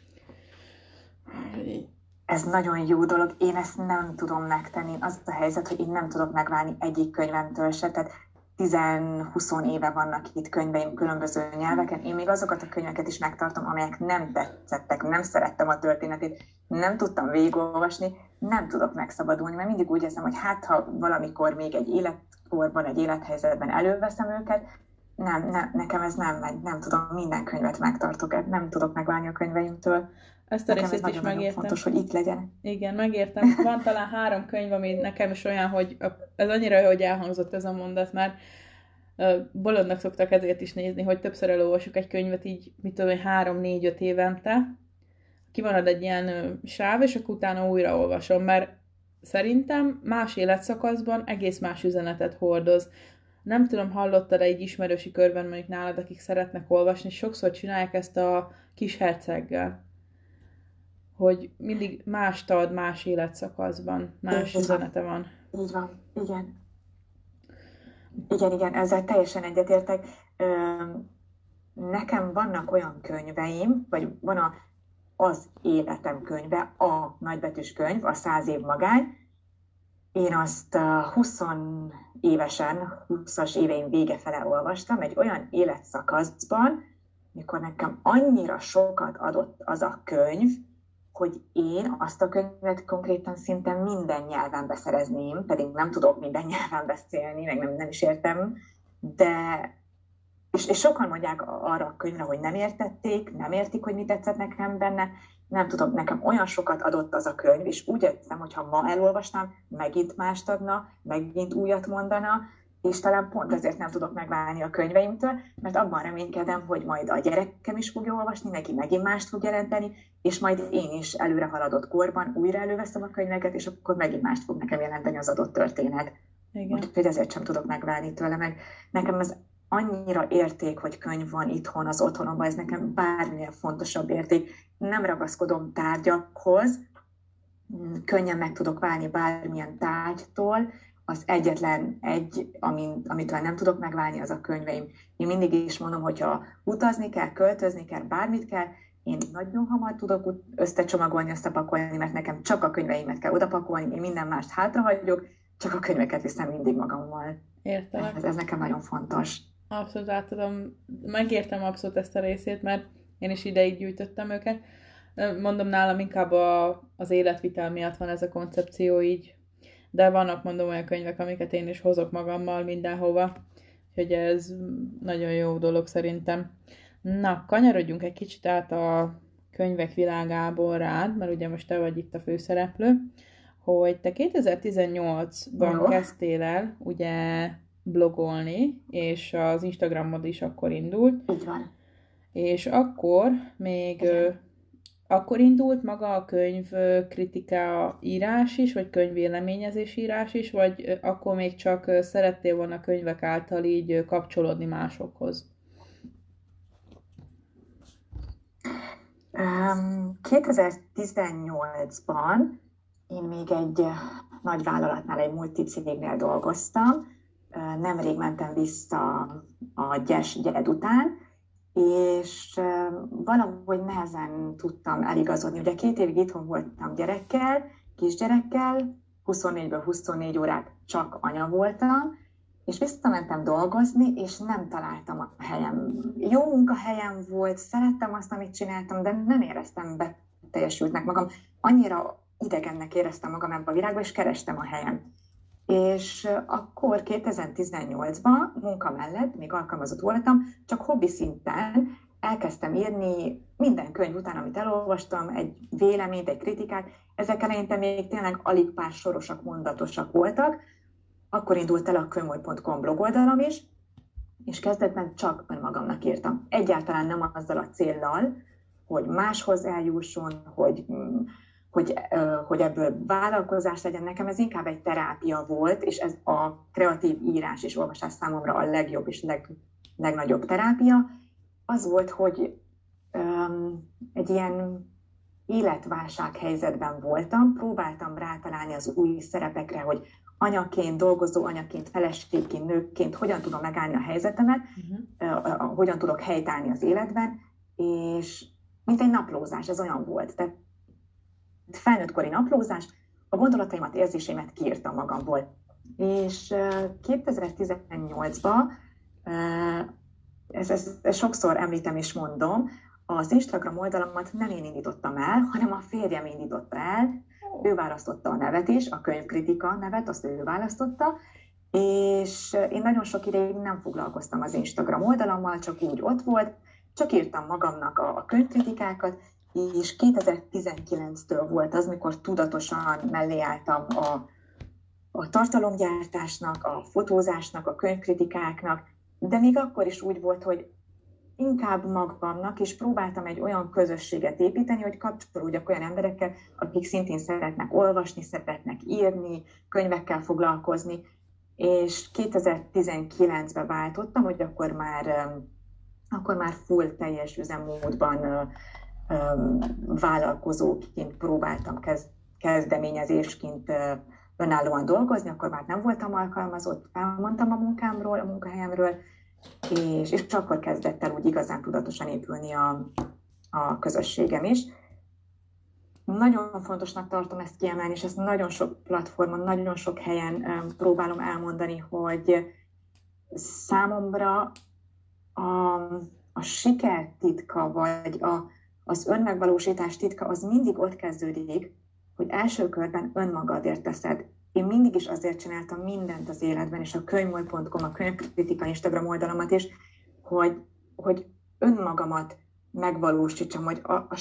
Ez nagyon jó dolog, én ezt nem tudom megtenni. Az a helyzet, hogy én nem tudok megválni egyik könyvemtől se, tehát tíz-húsz éve vannak itt könyveim különböző nyelveken. Én még azokat a könyveket is megtartom, amelyek nem tetszettek, nem szerettem a történetét, nem tudtam végigolvasni, nem tudok megszabadulni, mert mindig úgy érzem, hogy hát ha valamikor még egy életkorban, egy élethelyzetben előveszem őket, nem, nem, nekem ez nem megy, nem tudom, minden könyvet megtartok, nem tudok megválni a könyveimtől. Ezt a nekem részét ez is nagyon-nagyon megértem. fontos, hogy itt legyen. Igen, megértem. Van talán három könyv, ami nekem is olyan, hogy ez annyira jó, hogy elhangzott ez a mondat, mert bolondnak szoktak ezért is nézni, hogy többször elolvasok egy könyvet így, mit tudom, három, négy, öt évente. kimarad egy ilyen ö, sáv, és akkor utána újra olvasom, mert szerintem más életszakaszban egész más üzenetet hordoz. Nem tudom, hallottad egy ismerősi körben, mondjuk nálad, akik szeretnek olvasni, sokszor csinálják ezt a kis herceggel, hogy mindig mást ad más életszakaszban, más Így üzenete van. Így van, igen. Igen, igen, ezzel teljesen egyetértek. Nekem vannak olyan könyveim, vagy van a, az életem könyve, a nagybetűs könyv, a Száz év magány. Én azt húsz évesen, húszas éveim vége fele olvastam, egy olyan életszakaszban, mikor nekem annyira sokat adott az a könyv, hogy én azt a könyvet konkrétan szinte minden nyelven beszerezném, pedig nem tudok minden nyelven beszélni, meg nem, nem is értem, de és, és sokan mondják arra a könyvre, hogy nem értették, nem értik, hogy mit tetszett nekem benne, nem tudom, nekem olyan sokat adott az a könyv, és úgy érzem, hogy ha ma elolvastam, megint mást adna, megint újat mondana, és talán pont ezért nem tudok megválni a könyveimtől, mert abban reménykedem, hogy majd a gyerekem is fogja olvasni, neki megint mást fog jelenteni, és majd én is előre haladott korban újra előveszem a könyveket, és akkor megint mást fog nekem jelenteni az adott történet. Igen. Úgyhogy ezért sem tudok megválni tőle, meg nekem ez annyira érték, hogy könyv van itthon az otthonomban, ez nekem bármilyen fontosabb érték. Nem ragaszkodom tárgyakhoz, könnyen meg tudok válni bármilyen tárgytól, az egyetlen egy, amit, amitől nem tudok megválni, az a könyveim. Én mindig is mondom, hogyha utazni kell, költözni kell, bármit kell, én nagyon hamar tudok összecsomagolni, összepakolni, mert nekem csak a könyveimet kell odapakolni, én minden mást hátrahagyok, csak a könyveket viszem mindig magammal. Értelek. Ez, ez nekem nagyon fontos. Abszolút át tudom, megértem abszolút ezt a részét, mert én is ideig gyűjtöttem őket. Mondom, nálam inkább a, az életvitel miatt van ez a koncepció így, de vannak, mondom, olyan könyvek, amiket én is hozok magammal mindenhova, úgyhogy ez nagyon jó dolog szerintem. Na, kanyarodjunk egy kicsit át a könyvek világából rád, mert ugye most te vagy itt a főszereplő, hogy te kétezer-tizennyolcban Jó. kezdtél el ugye blogolni, és az Instagramod is akkor indult. Így van. És akkor még ö, akkor indult maga a könyv ö, kritika írás is, vagy könyvvéleményezés írás is, vagy ö, akkor még csak ö, szerettél volna könyvek által így ö, kapcsolódni másokhoz? Um, kétezer-tizennyolcban én még egy nagy vállalatnál, egy multicégnél dolgoztam. Nemrég mentem vissza a gyes gyed után, és valahogy nehezen tudtam eligazodni. Ugye két évig itthon voltam gyerekkel, kisgyerekkel, huszonnégyből huszonnégy órát csak anya voltam, és visszamentem dolgozni, és nem találtam a helyem. Jó munkahelyem volt, szerettem azt, amit csináltam, de nem éreztem beteljesültnek magam. Annyira idegennek éreztem magam ebben a világban, és kerestem a helyem. És akkor kétezer-tizennyolcban munka mellett, még alkalmazott voltam, csak hobbi szinten elkezdtem írni minden könyv után, amit elolvastam, egy véleményt, egy kritikát. Ezek eleinte még tényleg alig pár sorosak, mondatosak voltak. Akkor indult el a könyvmoly pont com blogoldalam is, és kezdetben csak önmagamnak írtam. Egyáltalán nem azzal a céllal, hogy máshoz eljusson, hogy... Hogy, hogy ebből vállalkozás legyen. Nekem ez inkább egy terápia volt, és ez a kreatív írás és olvasás számomra a legjobb és leg, legnagyobb terápia. Az volt, hogy um, egy ilyen életválság helyzetben voltam, próbáltam rátalálni az új szerepekre, hogy anyaként, dolgozó anyaként, feleségként, nőként hogyan tudom megállni a helyzetemet, uh-huh. uh, uh, hogyan tudok helytállni az életben, és mint egy naplózás, ez olyan volt. Tehát felnőttkori naplózás, a gondolataimat, érzéseimet kiírtam magamból. És kétezer-tizennyolcban, ezt, ezt, ezt sokszor említem és mondom, az Instagram oldalamat nem én indítottam el, hanem a férjem indította el. Ő választotta a nevet is, a könyvkritika nevet, azt ő választotta, és én nagyon sok ideig nem foglalkoztam az Instagram oldalammal, csak úgy ott volt, csak írtam magamnak a, a könyvkritikákat, és kétezer-tizenkilenctől volt az, mikor tudatosan mellé álltam a, a tartalomgyártásnak, a fotózásnak, a könyvkritikáknak, de még akkor is úgy volt, hogy inkább magamnak, és próbáltam egy olyan közösséget építeni, hogy kapcsolódjak olyan emberekkel, akik szintén szeretnek olvasni, szeretnek írni, könyvekkel foglalkozni, és kétezer-tizenkilencben váltottam, hogy akkor már, akkor már full teljes üzemmódban vállalkozóként próbáltam kezdeményezésként önállóan dolgozni, akkor már nem voltam alkalmazott, elmondtam a munkámról, a munkahelyemről, és, és akkor kezdett el úgy igazán tudatosan épülni a, a közösségem is. Nagyon fontosnak tartom ezt kiemelni, és ezt nagyon sok platformon, nagyon sok helyen próbálom elmondani, hogy számomra a, a siker titka, vagy a, az önmegvalósítás titka, az mindig ott kezdődik, hogy első körben önmagadért teszed. Én mindig is azért csináltam mindent az életben, és a könyvmoly pont com, a könyvkritika Instagram oldalamat is, hogy, hogy önmagamat megvalósítsam, hogy a, a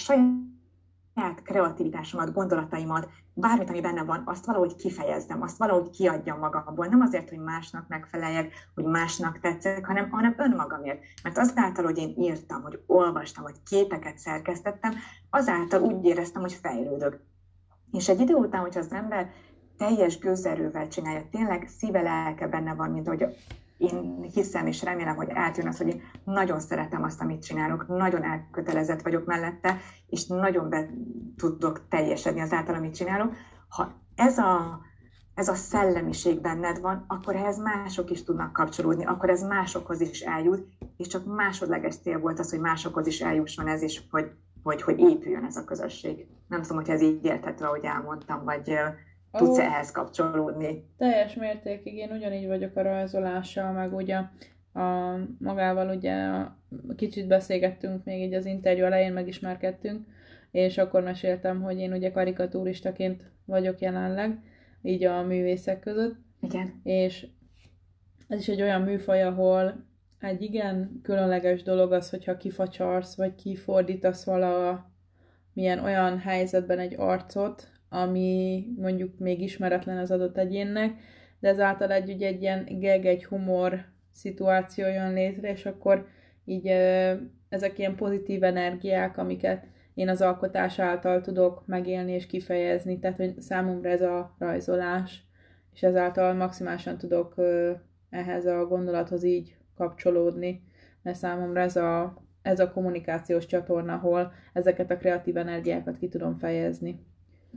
saját kreativitásomat, gondolataimat, bármit, ami benne van, azt valahogy kifejezzem, azt valahogy kiadjam magamból. Nem azért, hogy másnak megfeleljek, hogy másnak tetszek, hanem, hanem önmagamért. Mert azáltal, hogy én írtam, hogy olvastam, hogy képeket szerkesztettem, azáltal úgy éreztem, hogy fejlődök. És egy idő után, hogyha az ember teljes gőzerővel csinálja, tényleg szíve, lelke benne van, mint hogy én hiszem és remélem, hogy átjön az, hogy én nagyon szeretem azt, amit csinálok, nagyon elkötelezett vagyok mellette, és nagyon be tudok teljesedni azáltal, amit csinálok. Ha ez a, ez a szellemiség benned van, akkor ehhez mások is tudnak kapcsolódni, akkor ez másokhoz is eljut, és csak másodleges cél volt az, hogy másokhoz is eljusson ez, és hogy, hogy, hogy épüljön ez a közösség. Nem tudom, hogy ez így érthető, ahogy elmondtam, vagy tudsz ehhez kapcsolódni? Teljes mértékig, én ugyanígy vagyok a rajzolással, meg ugye a, magával ugye kicsit beszélgettünk még így az interjú elején, megismerkedtünk, és akkor meséltem, hogy én ugye karikatúristaként vagyok jelenleg, így a művészek között. Igen. És ez is egy olyan műfaj, ahol egy igen különleges dolog az, hogyha kifacsarsz, vagy kifordítasz vala milyen olyan helyzetben egy arcot, ami mondjuk még ismeretlen az adott egyénnek, de ezáltal egy, ugye, egy ilyen gag, egy humor szituáció jön létre, és akkor így ezek ilyen pozitív energiák, amiket én az alkotás által tudok megélni és kifejezni, tehát hogy számomra ez a rajzolás, és ezáltal maximálisan tudok ehhez a gondolathoz így kapcsolódni, mert számomra ez a, ez a kommunikációs csatorna, ahol ezeket a kreatív energiákat ki tudom fejezni.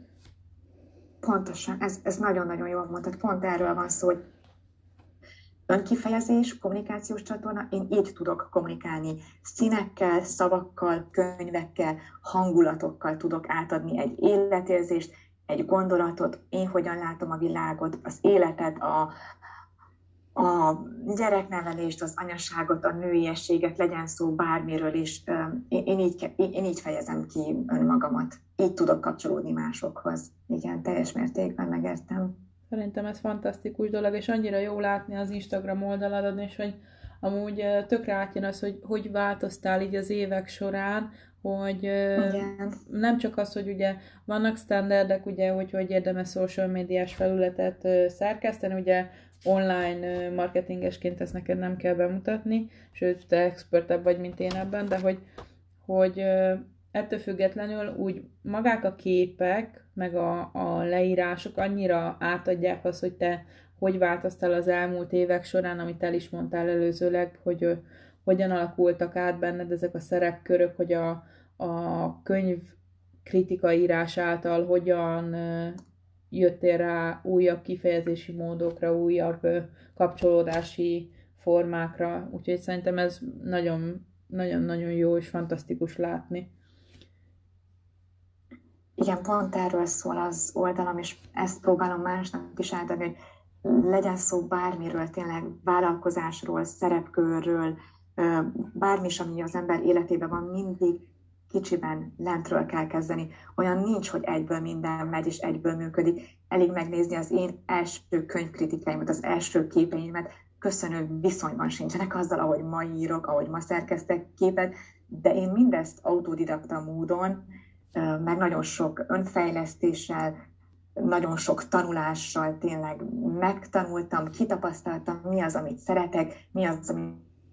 Pontosan, ez, ez nagyon-nagyon jól mondtad, pont erről van szó, hogy önkifejezés, kommunikációs csatorna, én így tudok kommunikálni. Színekkel, szavakkal, könyvekkel, hangulatokkal tudok átadni egy életérzést, egy gondolatot, én hogyan látom a világot, az életet, a, a gyereknevelést, az anyaságot, a nőiességet, legyen szó bármiről is. Én, én, így, én így fejezem ki önmagamat. Így tudok kapcsolódni másokhoz. Igen, teljes mértékben megértem. Szerintem ez fantasztikus dolog, és annyira jó látni az Instagram oldaladon, és hogy amúgy tökre átjön az, hogy hogy változtál így az évek során, hogy igen. Nem csak az, hogy ugye vannak standardek, ugye, hogy hogy érdemes social médiás felületet szerkeszteni, ugye online marketingesként ezt neked nem kell bemutatni, sőt, te expertebb vagy, mint én ebben, de hogy, hogy ettől függetlenül úgy magák a képek, meg a, a leírások annyira átadják azt, hogy te hogy változtál az elmúlt évek során, amit el is mondtál előzőleg, hogy uh, hogyan alakultak át benned ezek a szerepkörök, hogy a, a könyv kritika írás által hogyan uh, jöttél rá újabb kifejezési módokra, újabb uh, kapcsolódási formákra, úgyhogy szerintem ez nagyon, nagyon-nagyon jó és fantasztikus látni. Igen, pont erről szól az oldalam, és ezt próbálom másnak is átadni, hogy legyen szó bármiről, tényleg vállalkozásról, szerepkörről, bármi is, ami az ember életében van, mindig kicsiben lentről kell kezdeni. Olyan nincs, hogy egyből minden megy és egyből működik. Elég megnézni az én első könyvkritikáimat, az első képeimet, köszönő viszonyban sincsenek azzal, ahogy ma írok, ahogy ma szerkesztek képet, de én mindezt autodidakta módon, meg nagyon sok önfejlesztéssel, nagyon sok tanulással tényleg megtanultam, kitapasztaltam, mi az, amit szeretek, mi az, ami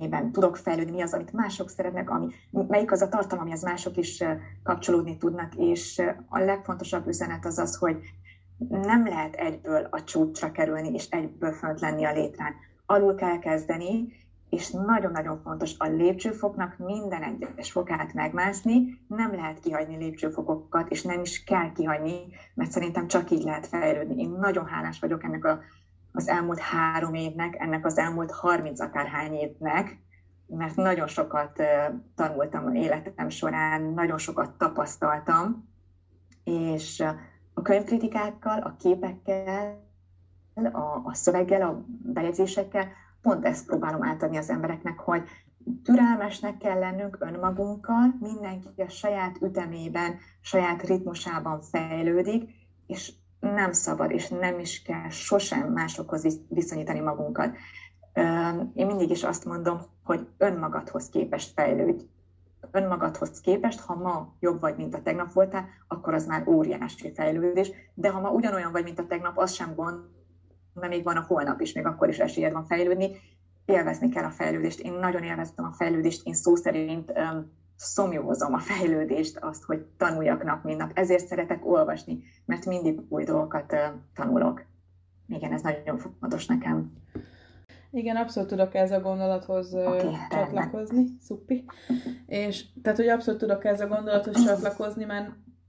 amiben tudok fejlődni, mi az, amit mások szeretnek, ami, melyik az a tartalom, amihez mások is kapcsolódni tudnak, és a legfontosabb üzenet az az, hogy nem lehet egyből a csúcsra kerülni, és egyből fönt lenni a létrán. Alul kell kezdeni, és nagyon-nagyon fontos a lépcsőfoknak minden egyes fokát megmászni, nem lehet kihagyni lépcsőfokokat, és nem is kell kihagyni, mert szerintem csak így lehet fejlődni. Én nagyon hálás vagyok ennek a, az elmúlt három évnek, ennek az elmúlt harminc akárhány évnek, mert nagyon sokat tanultam életem során, nagyon sokat tapasztaltam, és a könyvkritikákkal, a képekkel, a, a szöveggel, a bejegyzésekkel pont ezt próbálom átadni az embereknek, hogy türelmesnek kell lennünk önmagunkkal, mindenki a saját ütemében, saját ritmusában fejlődik, és nem szabad, és nem is kell sosem másokhoz viszonyítani magunkat. Én mindig is azt mondom, hogy önmagadhoz képest fejlődj. Önmagadhoz képest, ha ma jobb vagy, mint a tegnap voltál, akkor az már óriási fejlődés, de ha ma ugyanolyan vagy, mint a tegnap, az sem gond, mert még van a holnap is, még akkor is esélyed van fejlődni. Élvezni kell a fejlődést. Én nagyon élveztem a fejlődést, én szó szerint um, szomjózom a fejlődést, azt, hogy tanuljak nap, mint nap. Ezért szeretek olvasni, mert mindig új dolgokat uh, tanulok. Igen, ez nagyon fontos nekem. Igen, abszolút tudok ez a gondolathoz okay, csatlakozni. Szupi. És tehát, hogy abszolút tudok ez a gondolathoz csatlakozni, mert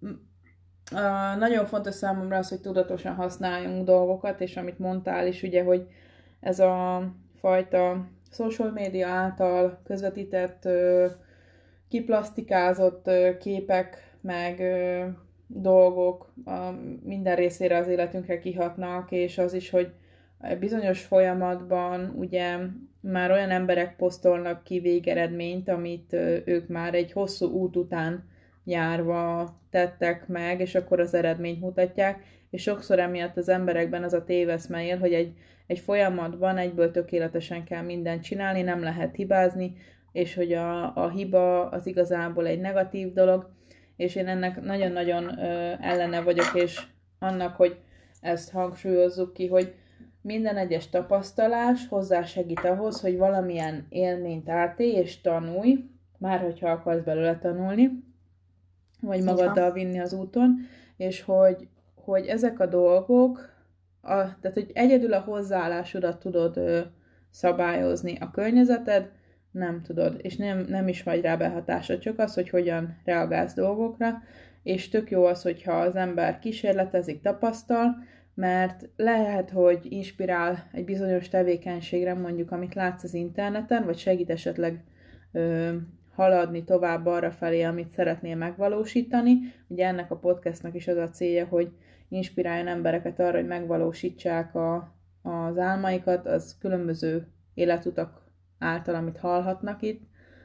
uh, nagyon fontos számomra az, hogy tudatosan használjunk dolgokat, és amit mondtál is, ugye, hogy ez a fajta social media által közvetített, uh, kiplasztikázott uh, képek, meg uh, dolgok uh, minden részére az életünkre kihatnak, és az is, hogy bizonyos folyamatban ugye már olyan emberek posztolnak ki végeredményt, amit ők már egy hosszú út után járva tettek meg, és akkor az eredményt mutatják, és sokszor emiatt az emberekben az a téveszme él, hogy egy, egy folyamatban egyből tökéletesen kell mindent csinálni, nem lehet hibázni, és hogy a, a hiba az igazából egy negatív dolog, és én ennek nagyon-nagyon ö, ellene vagyok, és annak, hogy ezt hangsúlyozzuk ki, hogy minden egyes tapasztalás hozzásegít ahhoz, hogy valamilyen élményt átélj és tanulj, már hogyha akarsz belőle tanulni, vagy magaddal vinni az úton, és hogy, hogy ezek a dolgok, a, tehát hogy egyedül a hozzáállásodat tudod ö, szabályozni, a környezeted nem tudod, és nem, nem is vagy rá behatása, csak az, hogy hogyan reagálsz dolgokra, és tök jó az, hogyha az ember kísérletezik, tapasztal, mert lehet, hogy inspirál egy bizonyos tevékenységre, mondjuk, amit látsz az interneten, vagy segít esetleg ö, haladni tovább arra felé, amit szeretnél megvalósítani. Ugye ennek a podcastnak is az a célja, hogy inspiráljon embereket arra, hogy megvalósítsák a, az álmaikat, az különböző életutak által, amit hallhatnak itt.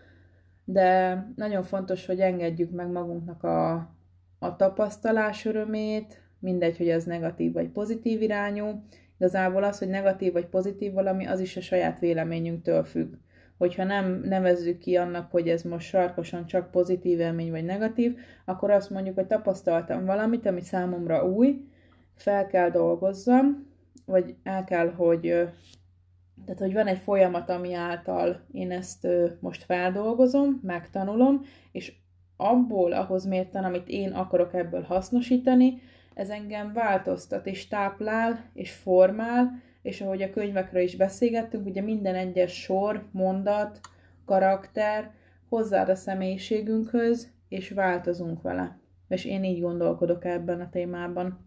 De nagyon fontos, hogy engedjük meg magunknak a, a tapasztalás örömét, mindegy, hogy ez negatív vagy pozitív irányú. Igazából az, hogy negatív vagy pozitív valami, az is a saját véleményünktől függ. Hogyha nem nevezzük ki annak, hogy ez most sarkosan csak pozitív élmény vagy negatív, akkor azt mondjuk, hogy tapasztaltam valamit, ami számomra új, fel kell dolgozzam, vagy el kell, hogy, tehát, hogy van egy folyamat, ami által én ezt most feldolgozom, megtanulom, és abból ahhoz mérten, amit én akarok ebből hasznosítani, ez engem változtat és táplál és formál, és ahogy a könyvekről is beszélgettünk, ugye minden egyes sor, mondat, karakter hozzáad a személyiségünkhöz, és változunk vele. És én így gondolkodok ebben a témában.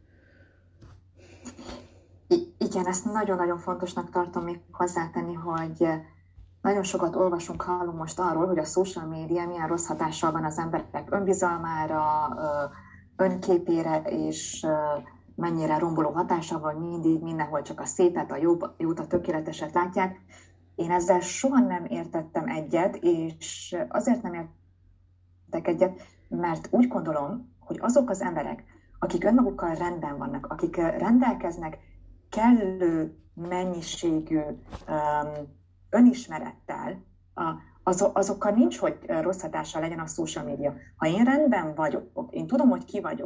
Igen, ezt nagyon-nagyon fontosnak tartom még hozzátenni, hogy nagyon sokat olvasunk, hallunk most arról, hogy a social media milyen rossz hatással van az emberek önbizalmára, önképére, és mennyire romboló hatása van, mindig mindenhol csak a szépet, a jobb, jót, a tökéleteset látják. Én ezzel soha nem értettem egyet, és azért nem értek egyet, mert úgy gondolom, hogy azok az emberek, akik önmagukkal rendben vannak, akik rendelkeznek kellő mennyiségű um, önismerettel, a, az, azokkal nincs, hogy rossz hatással legyen a social media. Ha én rendben vagyok, én tudom, hogy ki vagyok,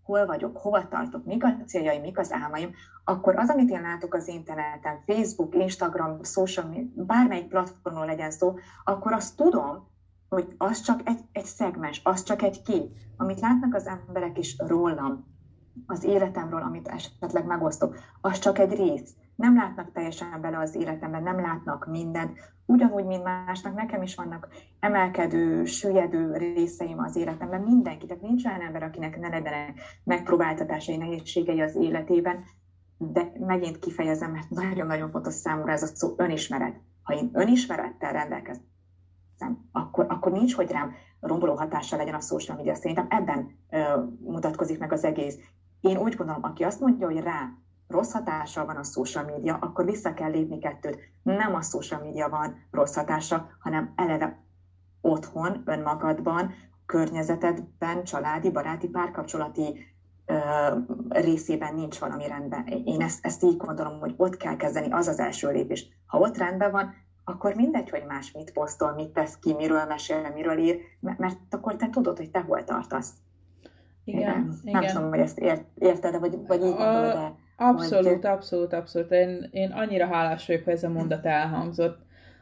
hol vagyok, hova tartok, mik a céljaim, mik az álmaim, akkor az, amit én látok az interneten, Facebook, Instagram, social media, bármelyik platformon legyen szó, akkor azt tudom, hogy az csak egy, egy szegmens, az csak egy kép, amit látnak az emberek is rólam, az életemről, amit esetleg megosztok, az csak egy rész. Nem látnak teljesen bele az életemben, nem látnak mindent. Ugyanúgy, mint másnak, nekem is vannak emelkedő, süllyedő részeim az életemben, mindenki. Tehát nincs olyan ember, akinek ne legyenek megpróbáltatásai, nehézségei az életében, de megint kifejezem, mert nagyon-nagyon fontos számomra ez a szó, önismeret. Ha én önismerettel rendelkezem, akkor, akkor nincs, hogy rám romboló hatással legyen a social media. Szerintem ebben ö, mutatkozik meg az egész. Én úgy gondolom, aki azt mondja, hogy rá rossz hatással van a social media, akkor vissza kell lépni kettőt. Nem a social media van rossz hatása, hanem eleve otthon, önmagadban, környezetedben, családi, baráti, párkapcsolati ö, részében nincs valami rendben. Én ezt, ezt így gondolom, hogy ott kell kezdeni, az az első lépés. Ha ott rendben van, akkor mindegy, hogy más mit posztol, mit tesz ki, miről mesél, miről ír, mert akkor te tudod, hogy te hol tartasz. Igen, nem, igen. Nem tudom, hogy ezt ért, érted, vagy, vagy így gondolod, de... Abszolút, hogy... abszolút, abszolút. Én, én annyira hálás vagyok, hogy ez a mondat elhangzott.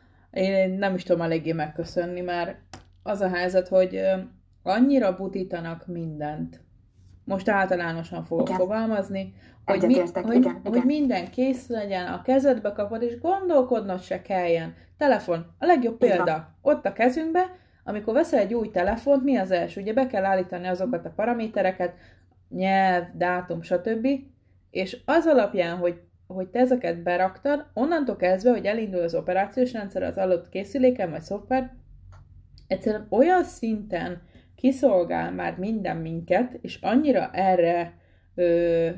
Én nem is tudom eléggé megköszönni, mert az a helyzet, hogy annyira butítanak mindent. Most általánosan fogok igen. fogalmazni, hogy, mi, értek, hogy, igen, hogy igen. minden kész legyen, a kezedbe kapod, és gondolkodnod se kelljen. Telefon, a legjobb példa. Igen. Ott a kezünkbe, amikor veszel egy új telefont, mi az első? Ugye be kell állítani azokat a paramétereket, nyelv, dátum, stb. És az alapján, hogy, hogy te ezeket beraktad, onnantól kezdve, hogy elindul az operációs rendszer az adott készüléken vagy szoftver, egyszerűen olyan szinten kiszolgál már minden minket, és annyira erre ö,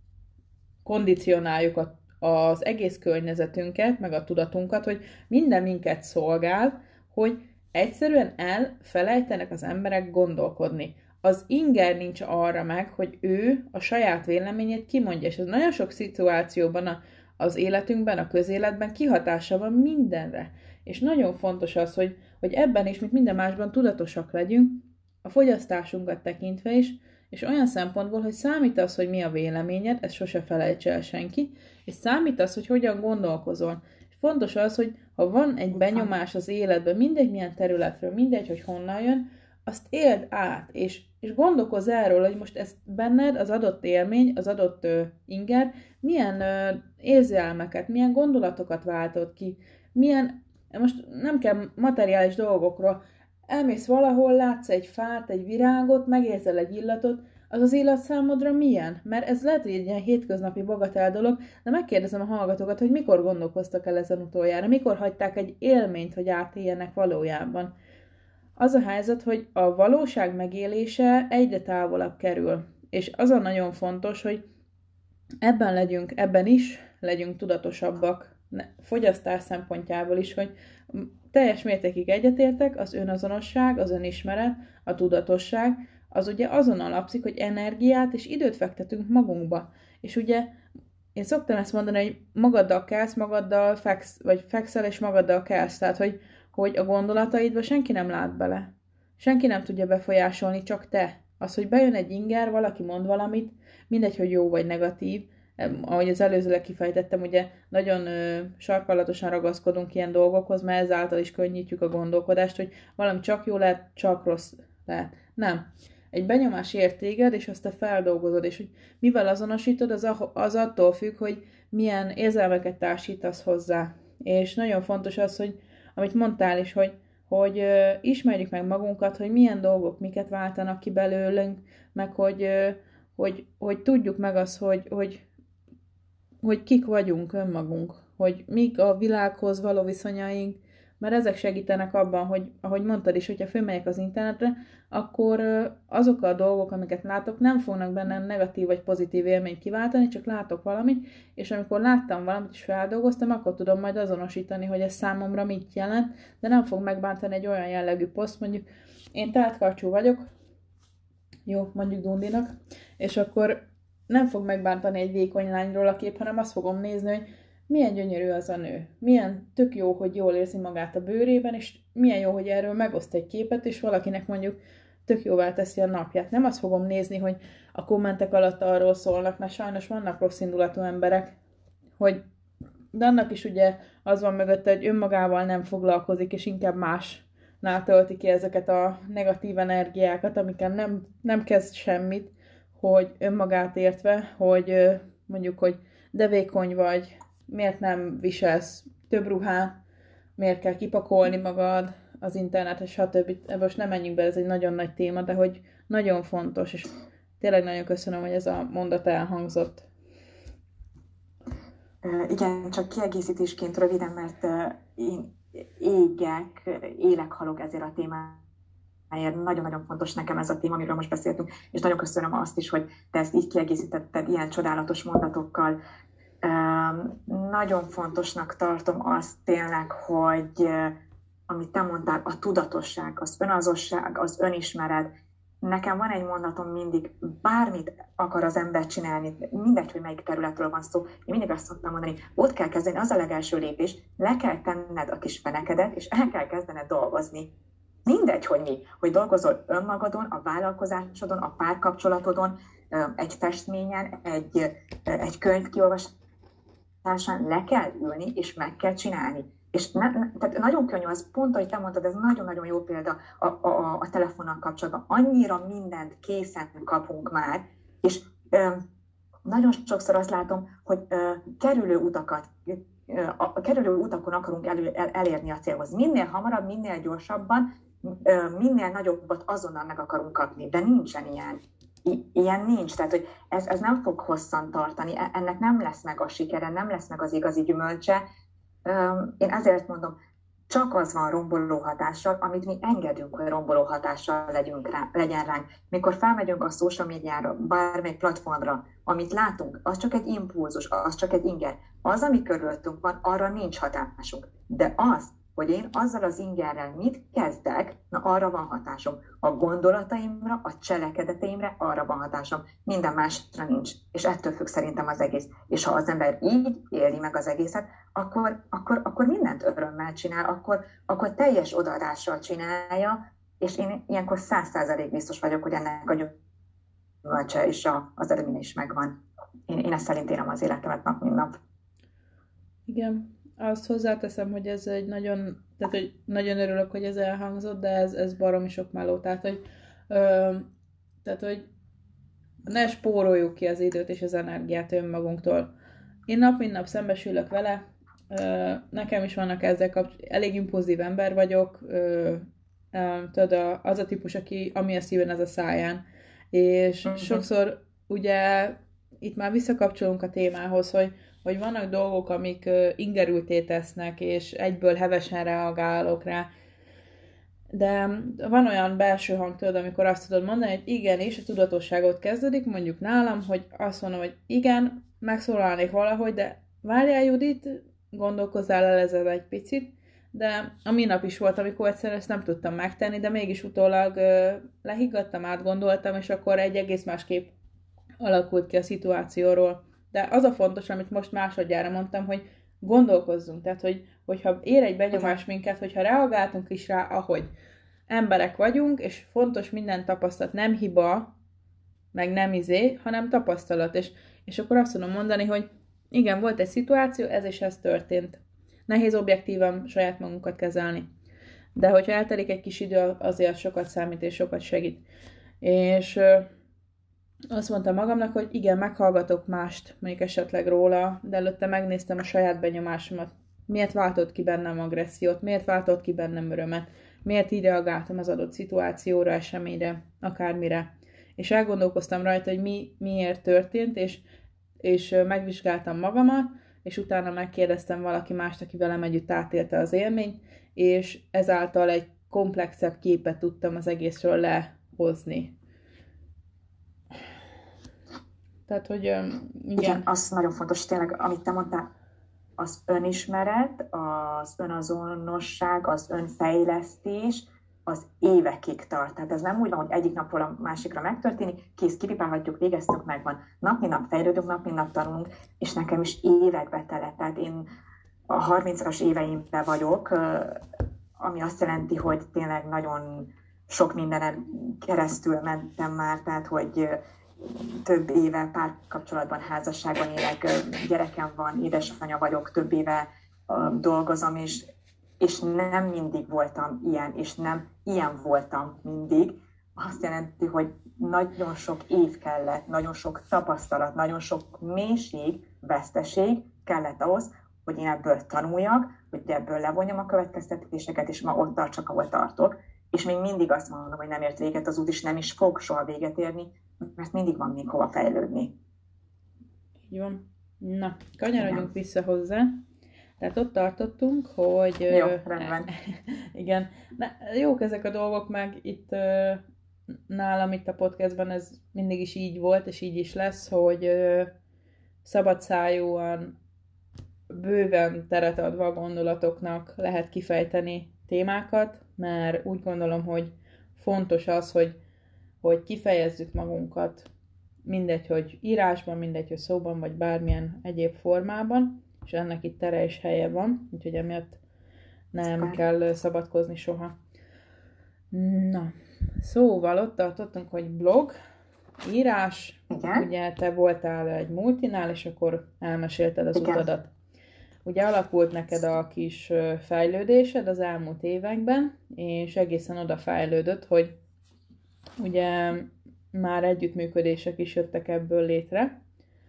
kondicionáljuk a, az egész környezetünket, meg a tudatunkat, hogy minden minket szolgál, hogy egyszerűen elfelejtenek az emberek gondolkodni. Az inger nincs arra meg, hogy ő a saját véleményét kimondja, és ez nagyon sok szituációban a, az életünkben, a közéletben kihatása van mindenre. És nagyon fontos az, hogy, hogy ebben is, mint minden másban tudatosak legyünk, a fogyasztásunkat tekintve is, és olyan szempontból, hogy számít az, hogy mi a véleményed, ezt sose felejts el senki, és számít az, hogy hogyan gondolkozol. És fontos az, hogy ha van egy benyomás az életben, mindegy milyen területről, mindegy, hogy honnan jön, azt éld át, és, és gondolkozz erről, hogy most ez benned, az adott élmény, az adott ö, inger, milyen ö, érzelmeket, milyen gondolatokat váltott ki, milyen, most nem kell materiális dolgokról, elmész valahol, látsz egy fát, egy virágot, megérzel egy illatot, az az illat számodra milyen? Mert ez lehet, hogy egy ilyen hétköznapi bagatel dolog, de megkérdezem a hallgatókat, hogy mikor gondolkoztak el ezen utoljára, mikor hagyták egy élményt, hogy átéljenek valójában. Az a helyzet, hogy a valóság megélése egyre távolabb kerül. És az a nagyon fontos, hogy ebben legyünk, ebben is legyünk tudatosabbak, fogyasztás szempontjából is, hogy teljes mértékig egyetértek, az önazonosság, az önismeret, a tudatosság, az ugye azon alapszik, hogy energiát és időt fektetünk magunkba. És ugye én szoktam ezt mondani, hogy magaddal kelsz, magaddal feksz, vagy fekszel és magaddal kelsz. Tehát, hogy, hogy a gondolataidba senki nem lát bele. Senki nem tudja befolyásolni, csak te. Az, hogy bejön egy inger, valaki mond valamit, mindegy, hogy jó vagy negatív, ahogy az előzőleg kifejtettem, ugye nagyon ö, sarkallatosan ragaszkodunk ilyen dolgokhoz, mert ezáltal is könnyítjük a gondolkodást, hogy valami csak jó lehet, csak rossz lehet. Nem. Egy benyomás ér téged, és azt te feldolgozod, és hogy mivel azonosítod, az, az attól függ, hogy milyen érzelmeket társítasz hozzá. És nagyon fontos az, hogy amit mondtál is, hogy, hogy ö, ismerjük meg magunkat, hogy milyen dolgok miket váltanak ki belőlünk, meg hogy, ö, hogy, hogy tudjuk meg azt, hogy, hogy hogy kik vagyunk önmagunk, hogy mik a világhoz való viszonyaink, mert ezek segítenek abban, hogy, ahogy mondtad is, hogyha fölmegyek az internetre, akkor azok a dolgok, amiket látok, nem fognak bennem negatív vagy pozitív élményt kiváltani, csak látok valamit, és amikor láttam valamit és feldolgoztam, akkor tudom majd azonosítani, hogy ez számomra mit jelent, de nem fog megbántani egy olyan jellegű poszt, mondjuk én táltkarcsú vagyok, jó, mondjuk Dundinak, és akkor nem fog megbántani egy vékony lányról a kép, hanem azt fogom nézni, hogy milyen gyönyörű az a nő. Milyen tök jó, hogy jól érzi magát a bőrében, és milyen jó, hogy erről megoszt egy képet, és valakinek mondjuk tök jóvá teszi a napját. Nem azt fogom nézni, hogy a kommentek alatt arról szólnak, mert sajnos vannak rossz indulatú emberek, hogy de annak is ugye az van mögötte, hogy önmagával nem foglalkozik, és inkább másnál tölti ki ezeket a negatív energiákat, amiken nem, nem kezd semmit, hogy önmagát értve, hogy mondjuk, hogy de vékony vagy, miért nem viselsz több ruhát, miért kell kipakolni magad az internetre, stb. Most nem menjünk be, ez egy nagyon nagy téma, de hogy nagyon fontos, és tényleg nagyon köszönöm, hogy ez a mondat elhangzott. Igen, csak kiegészítésként röviden, mert én égek, élek, halok ezért a témáért. Nagyon-nagyon fontos nekem ez a téma, amiről most beszéltünk, és nagyon köszönöm azt is, hogy te ezt így kiegészítetted ilyen csodálatos mondatokkal. Nagyon fontosnak tartom azt tényleg, hogy amit te mondtál, a tudatosság, az önazosság, az önismeret. Nekem van egy mondatom mindig, bármit akar az ember csinálni, mindegy, hogy melyik területről van szó, én mindig azt szoktam mondani, ott kell kezdeni, az a legelső lépés, le kell tenned a kis fenekedet, és el kell kezdened dolgozni. Mindegy, hogy mi, hogy dolgozol önmagadon, a vállalkozásodon, a párkapcsolatodon, egy festményen, egy, egy könyv kiolvasásán le kell ülni, és meg kell csinálni. És ne, ne, tehát nagyon könnyű, az pont, ahogy te mondtad, ez nagyon-nagyon jó példa a, a, a telefonnal kapcsolatban. Annyira mindent készen kapunk már, és ö, nagyon sokszor azt látom, hogy ö, kerülő utakat, ö, a kerülő utakon akarunk elő, el, elérni a célhoz. Minél hamarabb, minél gyorsabban, ö, minél nagyobbat azonnal meg akarunk kapni, de nincsen ilyen. I, ilyen nincs, tehát hogy ez, ez nem fog hosszan tartani, ennek nem lesz meg a sikere, nem lesz meg az igazi gyümölcse. Én ezért mondom, csak az van romboló hatással, amit mi engedünk, hogy romboló hatással legyünk rá, legyen ránk. Mikor felmegyünk a social médiára, bármely platformra, amit látunk, az csak egy impulzus, az csak egy inger. Az, ami körülöttünk van, arra nincs hatásunk. De az, hogy én azzal az ingerrel mit kezdek, na arra van hatásom. A gondolataimra, a cselekedeteimre arra van hatásom. Minden másra nincs. És ettől függ szerintem az egész. És ha az ember így éli meg az egészet, akkor, akkor, akkor mindent örömmel csinál, akkor, akkor teljes odaadással csinálja, és én ilyenkor száz százalék biztos vagyok, hogy ennek a gyümölcse és a, az eredmény is megvan. Én, én ezt szerint élem az életemet nap, mint nap. Igen. Azt hozzáteszem, hogy ez egy nagyon, tehát hogy nagyon örülök, hogy ez elhangzott, de ez, ez baromi sok meló. Tehát, hogy, ö, tehát, hogy ne spóroljuk ki az időt és az energiát önmagunktól. Én nap mint nap szembesülök vele, ö, nekem is vannak ezzel kapcsolatban, elég impulzív ember vagyok, ö, ö, tudod, az a típus, aki ami a szíven, az a száján. És mm-hmm. sokszor ugye itt már visszakapcsolunk a témához, hogy hogy vannak dolgok, amik ingerülté tesznek, és egyből hevesen reagálok rá. De van olyan belső hang, tudod, amikor azt tudod mondani, hogy igen, és a tudatosságot kezdődik, mondjuk nálam, hogy azt mondom, hogy igen, megszólalnék valahogy, de várjál, Judit, gondolkozzál el ezzel egy picit, de a minap is volt, amikor egyszer ezt nem tudtam megtenni, de mégis utólag lehiggadtam, átgondoltam, és akkor egy egész másképp alakult ki a szituációról. De az a fontos, amit most másodjára mondtam, hogy gondolkozzunk. Tehát, hogy, hogyha ér egy benyomás minket, hogyha reagáltunk is rá, ahogy emberek vagyunk, és fontos minden tapasztalat, nem hiba, meg nem izé, hanem tapasztalat. És, és akkor azt tudom mondani, hogy igen, volt egy szituáció, ez és ez történt. Nehéz objektívan saját magunkat kezelni. De hogyha eltelik egy kis idő, azért sokat számít és sokat segít. És azt mondtam magamnak, hogy igen, meghallgatok mást, mondjuk esetleg róla, de előtte megnéztem a saját benyomásomat. Miért váltott ki bennem agressziót, miért váltott ki bennem örömet, miért így reagáltam az adott szituációra, eseményre, akármire. És elgondolkoztam rajta, hogy mi, miért történt, és, és megvizsgáltam magamat, és utána megkérdeztem valaki mást, aki velem együtt átélte az élményt, és ezáltal egy komplexebb képet tudtam az egészről lehozni. Tehát, hogy igen. Igen, az nagyon fontos, tényleg, amit te mondtál, az önismeret, az önazonosság, az önfejlesztés, az évekig tart. Tehát ez nem úgy van, hogy egyik napról a másikra megtörténik, kész, kipipálhatjuk, végeztük, megvan. Nap mint nap fejlődünk, nap mint nap tanulunk, és nekem is évekbe telett. Tehát én a harmincas éveimben vagyok, ami azt jelenti, hogy tényleg nagyon sok mindenen keresztül mentem már, tehát hogy több éve párkapcsolatban, házasságban élek, gyerekem van, édesanyja vagyok, több éve dolgozom, és, és nem mindig voltam ilyen, és nem ilyen voltam mindig. Azt jelenti, hogy nagyon sok év kellett, nagyon sok tapasztalat, nagyon sok mélység, veszteség kellett ahhoz, hogy én ebből tanuljak, hogy ebből levonjam a következtetéseket, és ma ott tartsak, ahol tartok. És még mindig azt mondom, hogy nem ért véget az út, és nem is fog soha véget érni, mert mindig van még hova fejlődni. Így van. Na, kanyarodjunk vissza hozzá. Tehát ott tartottunk, hogy... Jó, rendben. Igen. Na, jók ezek a dolgok, meg itt nálam itt a podcastban ez mindig is így volt, és így is lesz, hogy szabadszájúan, bőven teret adva a gondolatoknak lehet kifejteni témákat, mert úgy gondolom, hogy fontos az, hogy, hogy kifejezzük magunkat, mindegy, hogy írásban, mindegy, hogy szóban, vagy bármilyen egyéb formában, és ennek itt tere és helye van, úgyhogy emiatt nem Szpár. kell szabadkozni soha. Na, szóval ott tartottunk, hogy blog, írás, igen. Ugye te voltál egy multinál, és akkor elmesélted az igen. utadat. Ugye alakult neked a kis fejlődésed az elmúlt években, és egészen oda fejlődött, hogy ugye már együttműködések is jöttek ebből létre,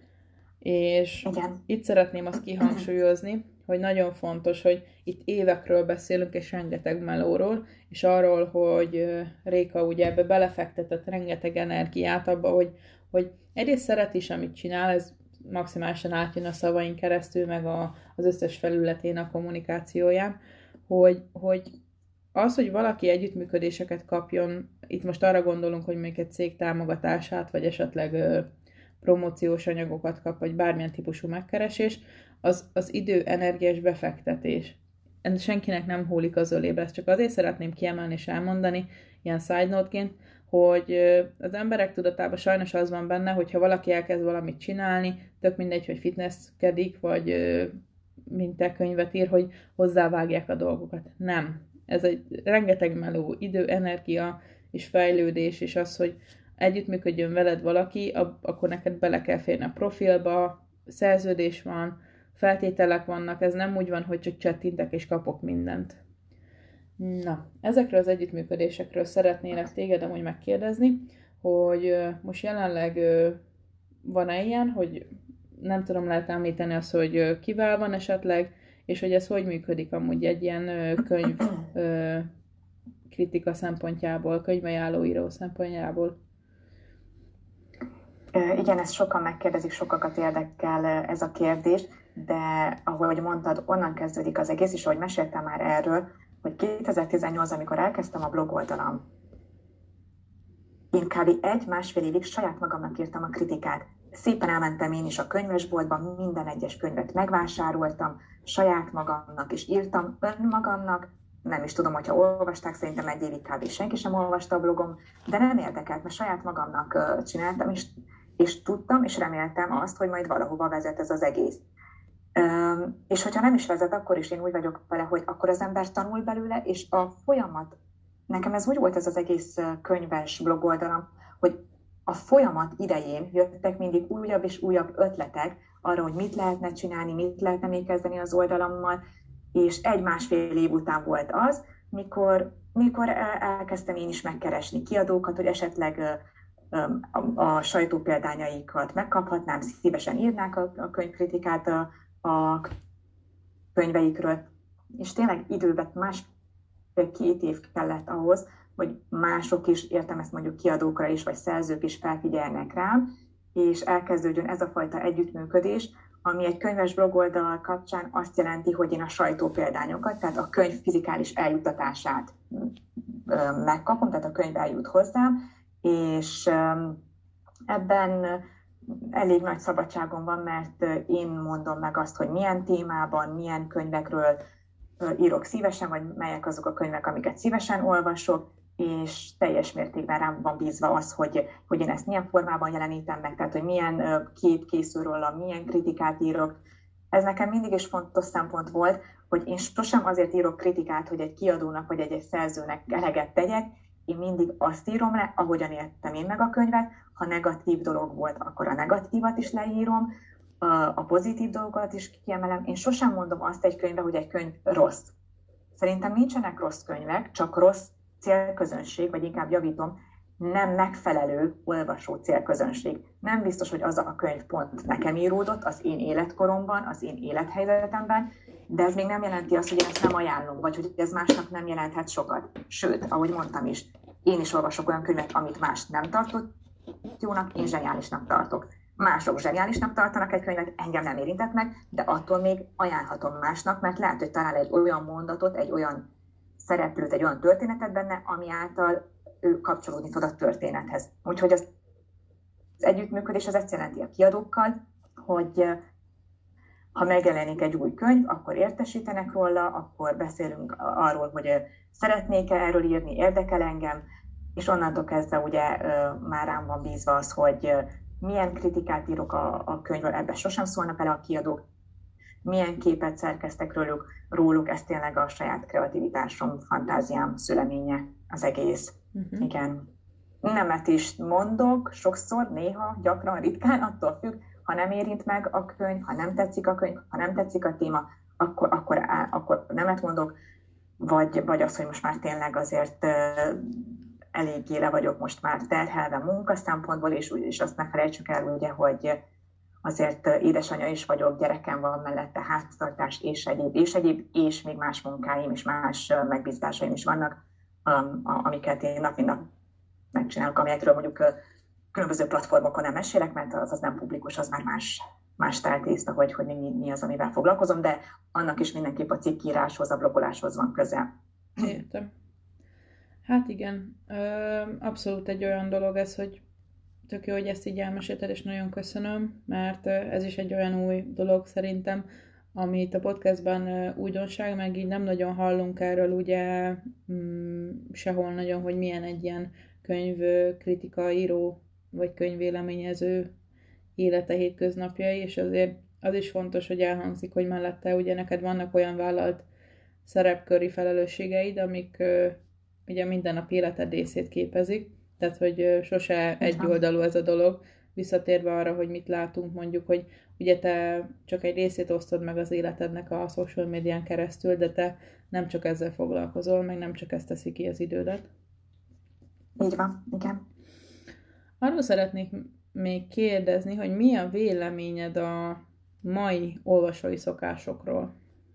és igen. itt szeretném azt kihangsúlyozni, hogy nagyon fontos, hogy itt évekről beszélünk, és rengeteg melóról, és arról, hogy Réka ugye ebbe belefektetett rengeteg energiát abba, hogy, hogy egyrészt szeret is, amit csinál, ez maximálisan átjön a szavain keresztül, meg a, az összes felületén a kommunikációján, hogy, hogy az, hogy valaki együttműködéseket kapjon, itt most arra gondolunk, hogy még egy cég támogatását, vagy esetleg ö, promóciós anyagokat kap, vagy bármilyen típusú megkeresés, az, az idő, energiás befektetés. Ez senkinek nem húlik az ölébe, ezt csak azért szeretném kiemelni és elmondani, ilyen side note-ként, hogy az emberek tudatában sajnos az van benne, hogyha valaki elkezd valamit csinálni, tök mindegy, hogy fitnesskedik, vagy mint te könyvet ír, hogy hozzávágják a dolgokat. Nem. Ez egy rengeteg meló, idő, energia és fejlődés, és az, hogy együttműködjön veled valaki, akkor neked bele kell férni a profilba, szerződés van, feltételek vannak, ez nem úgy van, hogy csak csettintek és kapok mindent. Na, ezekről az együttműködésekről szeretnélek téged amúgy megkérdezni, hogy most jelenleg van-e ilyen, hogy nem tudom, lehet említeni azt, hogy kivel van esetleg, és hogy ez hogy működik amúgy egy ilyen könyv kritika szempontjából, könyvajánlóíró szempontjából. Igen, ezt sokan megkérdezik, sokakat érdekel ez a kérdés, de ahogy mondtad, onnan kezdődik az egész, és ahogy meséltem már erről, hogy kétezer-tizennyolc, amikor elkezdtem a blog oldalam, én kb. egy-másfél évig saját magamnak írtam a kritikát. Szépen elmentem én is a könyvesboltba, minden egyes könyvet megvásároltam, saját magamnak is írtam önmagamnak, nem is tudom, hogyha olvasták, szerintem egy évig kb. Senki sem olvasta a blogom, de nem érdekelt, mert saját magamnak csináltam, és, és tudtam, és reméltem azt, hogy majd valahova vezet ez az egész. Um, és hogyha nem is vezet, akkor is én úgy vagyok vele, hogy akkor az ember tanul belőle, és a folyamat, nekem ez úgy volt ez az egész könyves blogoldalam, hogy a folyamat idején jöttek mindig újabb és újabb ötletek arra, hogy mit lehetne csinálni, mit lehetne még kezdeni az oldalammal, és egy-másfél év után volt az, mikor, mikor elkezdtem én is megkeresni kiadókat, hogy esetleg a, a sajtópéldányaikat megkaphatnám, szívesen írnák a, a könyvkritikát a, a könyveikről, és tényleg időben másfél-két év kellett ahhoz, hogy mások is, értem ezt mondjuk kiadókra is, vagy szerzők is felfigyelnek rám, és elkezdődjön ez a fajta együttműködés, ami egy könyves blogoldal kapcsán azt jelenti, hogy én a sajtópéldányokat, tehát a könyv fizikális eljuttatását megkapom, tehát a könyv eljut hozzám, és ebben elég nagy szabadságom van, mert én mondom meg azt, hogy milyen témában, milyen könyvekről írok szívesen, vagy melyek azok a könyvek, amiket szívesen olvasok, és teljes mértékben rám van bízva az, hogy, hogy én ezt milyen formában jelenítem meg, tehát hogy milyen kép készül róla, milyen kritikát írok. Ez nekem mindig is fontos szempont volt, hogy én sosem azért írok kritikát, hogy egy kiadónak vagy egy, egy szerzőnek eleget tegyek, én mindig azt írom le, ahogyan értem én meg a könyvet, ha negatív dolog volt, akkor a negatívat is leírom, a pozitív dolgokat is kiemelem. Én sosem mondom azt egy könyvbe, hogy egy könyv rossz. Szerintem nincsenek rossz könyvek, csak rossz célközönség, vagy inkább javítom, nem megfelelő olvasó célközönség. Nem biztos, hogy az a könyv pont nekem íródott az én életkoromban, az én élethelyzetemben, de ez még nem jelenti azt, hogy én ezt nem ajánlom, vagy hogy ez másnak nem jelenthet sokat. Sőt, ahogy mondtam is, én is olvasok olyan könyvet, amit más nem tartott jónak, én zseniálisnak tartok. Mások zseniálisnak tartanak egy könyvet, engem nem érintett meg, de attól még ajánlhatom másnak, mert lehet, hogy talál egy olyan mondatot, egy olyan szereplőt, egy olyan történetet benne, ami által ő kapcsolódni tud a történethez. Úgyhogy az, az együttműködés az ezt jelenti a kiadókkal, hogy ha megjelenik egy új könyv, akkor értesítenek róla, akkor beszélünk arról, hogy szeretnék-e erről írni, érdekel engem, és onnantól kezdve ugye már rám van bízva az, hogy milyen kritikát írok a, a könyvről, ebben sosem szólnak bele a kiadók, milyen képet szerkeztek róluk, róluk, ez tényleg a saját kreativitásom, fantáziám szüleménye az egész. Uh-huh. Igen. Nemet is mondok, sokszor, néha, gyakran, ritkán, attól függ, ha nem érint meg a könyv, ha nem tetszik a könyv, ha nem tetszik a téma, akkor, akkor, akkor nemet mondok, vagy, vagy az, hogy most már tényleg azért eléggé le vagyok most már terhelve munka szempontból, és, és azt ne felejtsük el, ugye, hogy azért édesanyja is vagyok, gyerekem van mellette, háztartás és egyéb, és egyéb, és még más munkáim és más megbízásaim is vannak, amiket én nap mint nap megcsinálok, amelyekről mondjuk különböző platformokon nem mesélek, mert az, az nem publikus, az már más, más tártészta, hogy, hogy mi, mi az, amivel foglalkozom, de annak is mindenképp a cikkíráshoz, a blogoláshoz van köze. Értem. Hát igen, abszolút egy olyan dolog ez, hogy tök jó, hogy ezt így elmesélted, és nagyon köszönöm, mert ez is egy olyan új dolog szerintem, amit a podcastban újdonság, meg így nem nagyon hallunk erről ugye sehol nagyon, hogy milyen egy ilyen könyvkritika író, vagy könyvvéleményező élete hétköznapjai, és azért az is fontos, hogy elhangzik, hogy mellette ugye neked vannak olyan vállalt szerepköri felelősségeid, amik ugye minden nap életed részét képezik, tehát hogy sose egyoldalú ez a dolog, visszatérve arra, hogy mit látunk, mondjuk, hogy ugye te csak egy részét osztod meg az életednek a social médián keresztül, de te nem csak ezzel foglalkozol, meg nem csak ezt teszi ki az idődet. Így van, igen. Arról szeretnék még kérdezni, hogy mi a véleményed a mai olvasói szokásokról?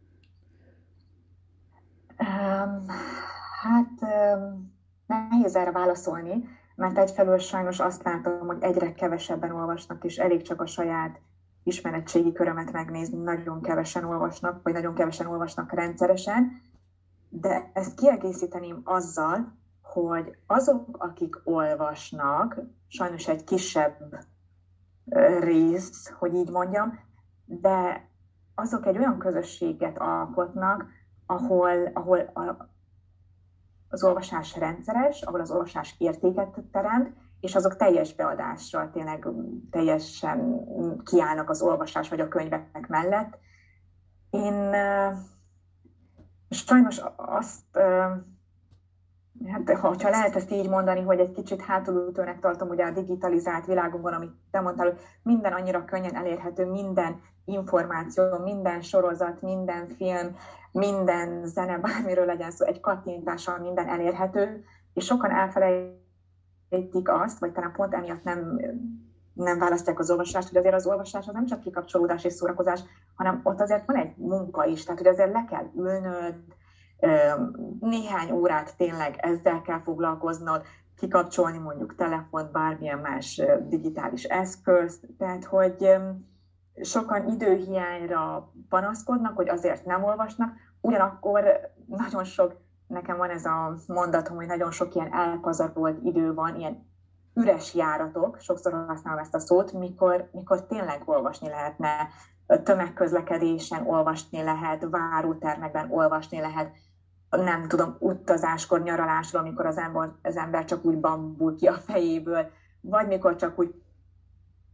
Um, hát um, nehéz erre válaszolni, mert egyfelől sajnos azt látom, hogy egyre kevesebben olvasnak, és elég csak a saját ismeretségi körömet megnézni, nagyon kevesen olvasnak, vagy nagyon kevesen olvasnak rendszeresen, de ezt kiegészíteném azzal, hogy azok, akik olvasnak, sajnos egy kisebb rész, hogy így mondjam, de azok egy olyan közösséget alkotnak, ahol, ahol a, az olvasás rendszeres, ahol az olvasás értéket teremt, és azok teljes beadással tényleg teljesen kiállnak az olvasás vagy a könyvek mellett. Én sajnos azt, hát ha lehet ezt így mondani, hogy egy kicsit hátulütőnek tartom ugye a digitalizált világunkban, amit te mondtál, hogy minden annyira könnyen elérhető, minden információ, minden sorozat, minden film, minden zene, bármiről legyen szó, egy kattintással minden elérhető, és sokan elfelejtik azt, vagy talán pont emiatt nem, nem választják az olvasást, hogy azért az olvasás az nem csak kikapcsolódás és szórakozás, hanem ott azért van egy munka is, tehát hogy azért le kell ülnöd, néhány órát tényleg ezzel kell foglalkoznod, kikapcsolni mondjuk telefont, bármilyen más digitális eszközt, tehát hogy sokan időhiányra panaszkodnak, hogy azért nem olvasnak, ugyanakkor nagyon sok, nekem van ez a mondatom, hogy nagyon sok ilyen elpazarolt idő van, ilyen üres járatok, sokszor használom ezt a szót, mikor, mikor tényleg olvasni lehetne, tömegközlekedésen olvasni lehet, várótermekben olvasni lehet, nem tudom, utazáskor, nyaralásról, amikor az ember, az ember csak úgy bambul ki a fejéből, vagy mikor csak úgy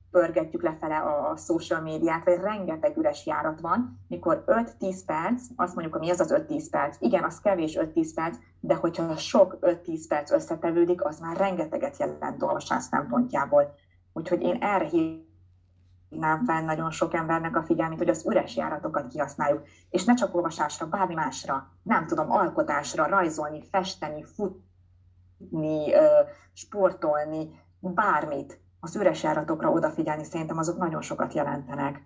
pörgetjük lefele a, a social médiát, vagy rengeteg üres járat van, mikor öt-tíz perc, azt mondjuk, hogy mi az az öt-tíz perc, igen, az kevés öt-tíz perc, de hogyha sok öt-tíz perc összetevődik, az már rengeteget jelent olvasás szempontjából. Úgyhogy én erre hívnám fel nagyon sok embernek a figyelmét, hogy az üres járatokat kihasználjuk, és ne csak olvasásra, bármi másra, nem tudom, alkotásra, rajzolni, festeni, futni, sportolni, bármit. Az üres járatokra odafigyelni, szerintem azok nagyon sokat jelentenek.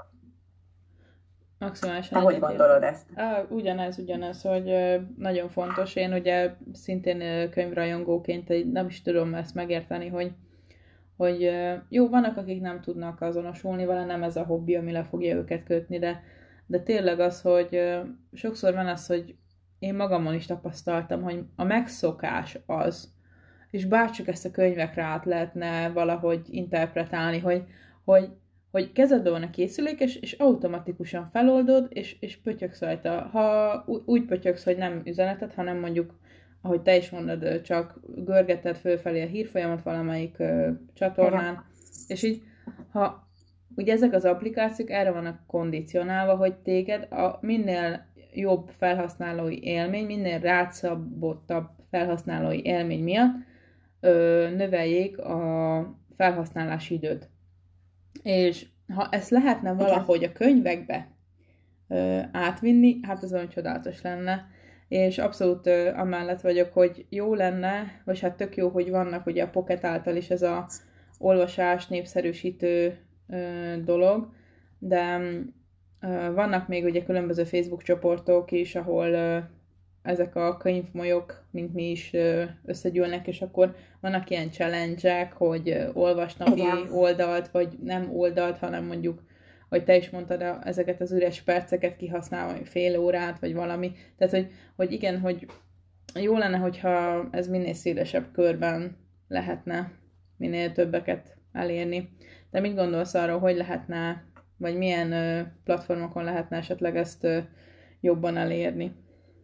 Maximálisan. Te hogy gondolod ezt? Á, ugyanez, ugyanez, hogy nagyon fontos. Én ugye szintén könyvrajongóként nem is tudom ezt megérteni, hogy, hogy jó, vannak, akik nem tudnak azonosulni vele, nem ez a hobbi, ami le fogja őket kötni, de, de tényleg az, hogy sokszor van az, hogy én magamon is tapasztaltam, hogy a megszokás az, és bárcsak ezt a könyvekre át lehetne valahogy interpretálni, hogy, hogy, hogy kezedben van a készülék, és, és automatikusan feloldod, és, és pötyöksz rajta. Ha úgy pötyöksz, hogy nem üzenetet, hanem mondjuk, ahogy te is mondod, csak görgeted fölfelé a hírfolyamat valamelyik uh, csatornán, igen. És így, ha ugye ezek az applikációk erre vannak kondicionálva, hogy téged a minél jobb felhasználói élmény, minél rátszabottabb felhasználói élmény miatt ö, növeljék a felhasználási időt. És ha ezt lehetne valahogy a könyvekbe ö, átvinni, hát az olyan csodálatos lenne. És abszolút ö, amellett vagyok, hogy jó lenne, vagy hát tök jó, hogy vannak ugye a Pocket által is ez a olvasás népszerűsítő ö, dolog, de ö, vannak még ugye különböző Facebook csoportok is, ahol ö, ezek a könyvmolyok, mint mi is összegyűlnek, és akkor vannak ilyen challenge-ek, hogy olvas napi igen. oldalt, vagy nem oldalt, hanem mondjuk, hogy te is mondtad, ezeket az üres perceket kihasználva, vagy fél órát, vagy valami. Tehát, hogy, hogy igen, hogy jó lenne, hogyha ez minél szélesebb körben lehetne, minél többeket elérni. De mit gondolsz arról, hogy lehetne, vagy milyen platformokon lehetne esetleg ezt jobban elérni?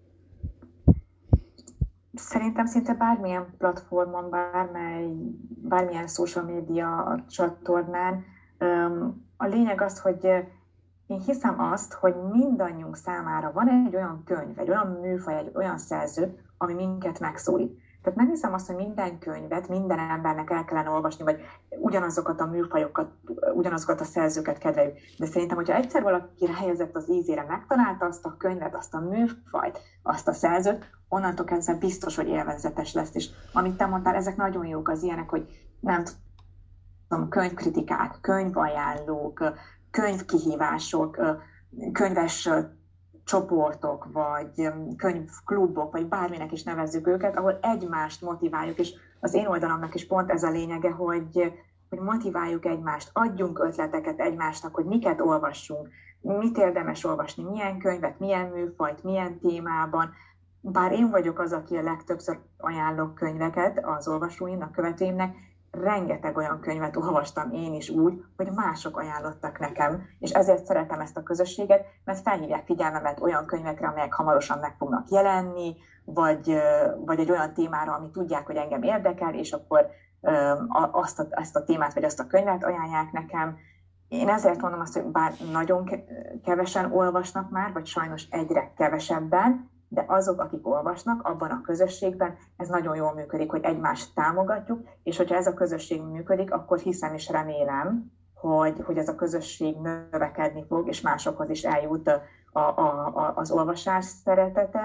Szerintem szinte bármilyen platformon, bármely, bármilyen social media csatornán. A lényeg az, hogy én hiszem azt, hogy mindannyiunk számára van egy olyan könyv, egy olyan műfaj, egy olyan szerző, ami minket megszólít. Tehát nem hiszem azt, hogy minden könyvet minden embernek el kellene olvasni, vagy ugyanazokat a műfajokat, ugyanazokat a szerzőket kedveljük. De szerintem, hogyha egyszer valaki ráhelyezett az ízére, megtalálta azt a könyvet, azt a műfajt, azt a szerzőt, onnantól kezdve biztos, hogy élvezetes lesz. És amit te mondtál, ezek nagyon jók az ilyenek, hogy nem tudom, könyvkritikák, könyvajánlók, könyvkihívások, könyves csoportok, vagy könyvklubok, vagy bárminek is nevezzük őket, ahol egymást motiváljuk, és az én oldalamnak is pont ez a lényege, hogy, hogy motiváljuk egymást, adjunk ötleteket egymásnak, hogy miket olvassunk, mit érdemes olvasni, milyen könyvet, milyen műfajt, milyen témában. Bár én vagyok az, aki a legtöbbször ajánlok könyveket az olvasóimnak, követőimnek, rengeteg olyan könyvet olvastam én is úgy, hogy mások ajánlottak nekem, és ezért szeretem ezt a közösséget, mert felhívják figyelmemet olyan könyvekre, amelyek hamarosan meg fognak jelenni, vagy, vagy egy olyan témára, ami tudják, hogy engem érdekel, és akkor azt a, azt a témát, vagy azt a könyvet ajánlják nekem. Én ezért mondom azt, hogy bár nagyon kevesen olvasnak már, vagy sajnos egyre kevesebben, de azok, akik olvasnak abban a közösségben, ez nagyon jól működik, hogy egymást támogatjuk, és hogyha ez a közösség működik, akkor hiszem és remélem, hogy, hogy ez a közösség növekedni fog, és másokhoz is eljut a, a, a, az olvasás szeretete,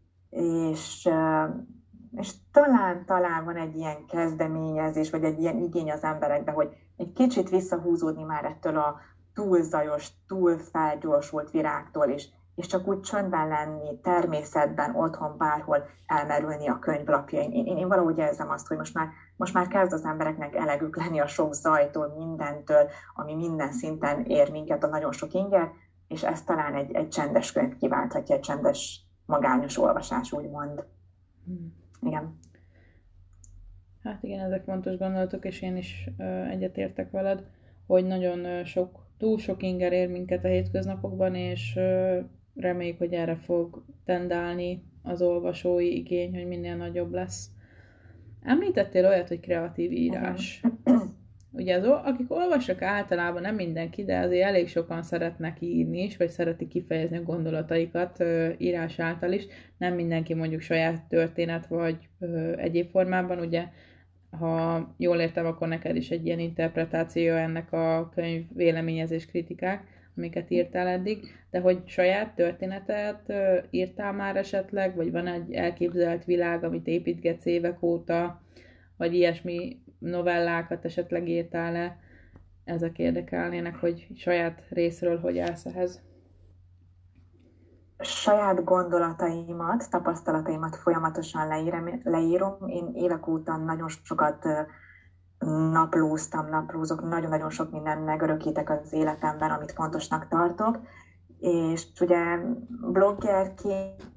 és, és talán, talán van egy ilyen kezdeményezés, vagy egy ilyen igény az emberekben, hogy egy kicsit visszahúzódni már ettől a túl zajos, túl felgyorsult virágtól, és és csak úgy csöndben lenni, természetben, otthon, bárhol elmerülni a könyvlapjain. Én, én, én valahogy érzem azt, hogy most már, most már kezd az embereknek elegük lenni a sok zajtól, mindentől, ami minden szinten ér minket, a nagyon sok inger, és ez talán egy, egy csendes könyv kiválthatja, egy csendes, magányos olvasás, úgymond. Hmm. Igen. Hát igen, ezek fontos gondolatok, és én is uh, egyetértek veled, hogy nagyon uh, sok, túl sok inger ér minket a hétköznapokban, és uh, reméljük, hogy erre fog tendálni az olvasói igény, hogy minél nagyobb lesz. Említettél olyat, hogy kreatív írás. ugye az, akik olvasnak általában, nem mindenki, de azért elég sokan szeretnek írni is, vagy szeretik kifejezni a gondolataikat írás által is. Nem mindenki mondjuk saját történet, vagy egyéb formában, ugye, ha jól értem, akkor neked is egy ilyen interpretáció ennek a könyv véleményezés kritikák, amiket írtál eddig, de hogy saját történetet írtál már esetleg, vagy van egy elképzelt világ, amit építgetsz évek óta, vagy ilyesmi novellákat esetleg írtál-e? Ezek érdekelnének, hogy saját részről hogy állsz ehhez. Saját gondolataimat, tapasztalataimat folyamatosan leírom. leírom. Én évek óta nagyon sokat naplóztam, naplózok, nagyon-nagyon sok mindent megörökítek az életemben, amit fontosnak tartok. És ugye bloggerként,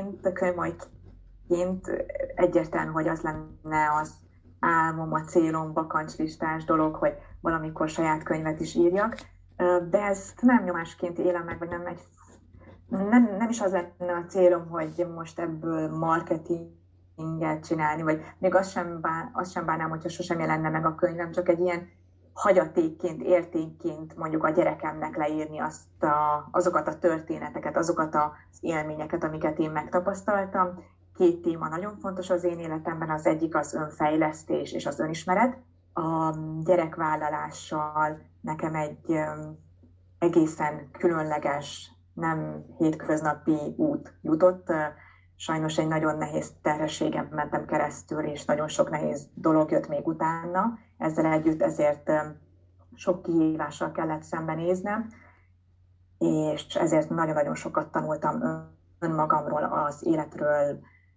könyvmajként egyértelmű, hogy az lenne az álmom, a célom, bakancslistás dolog, hogy valamikor saját könyvet is írjak, de ezt nem nyomásként élem meg, vagy nem, egy, nem, nem is az lenne a célom, hogy most ebből marketinget csinálni, vagy még azt sem, bán, azt sem bánnám, hogyha sosem jelenne meg a könyvem, csak egy ilyen hagyatékként, értékként mondjuk a gyerekemnek leírni azt a, azokat a történeteket, azokat az élményeket, amiket én megtapasztaltam. Két téma nagyon fontos az én életemben, az egyik az önfejlesztés és az önismeret. A gyerekvállalással nekem egy egészen különleges, nem hétköznapi út jutott. Sajnos egy nagyon nehéz terhességen mentem keresztül, és nagyon sok nehéz dolog jött még utána. Ezzel együtt ezért sok kihívással kellett szembenéznem, és ezért nagyon-nagyon sokat tanultam önmagamról, az életről,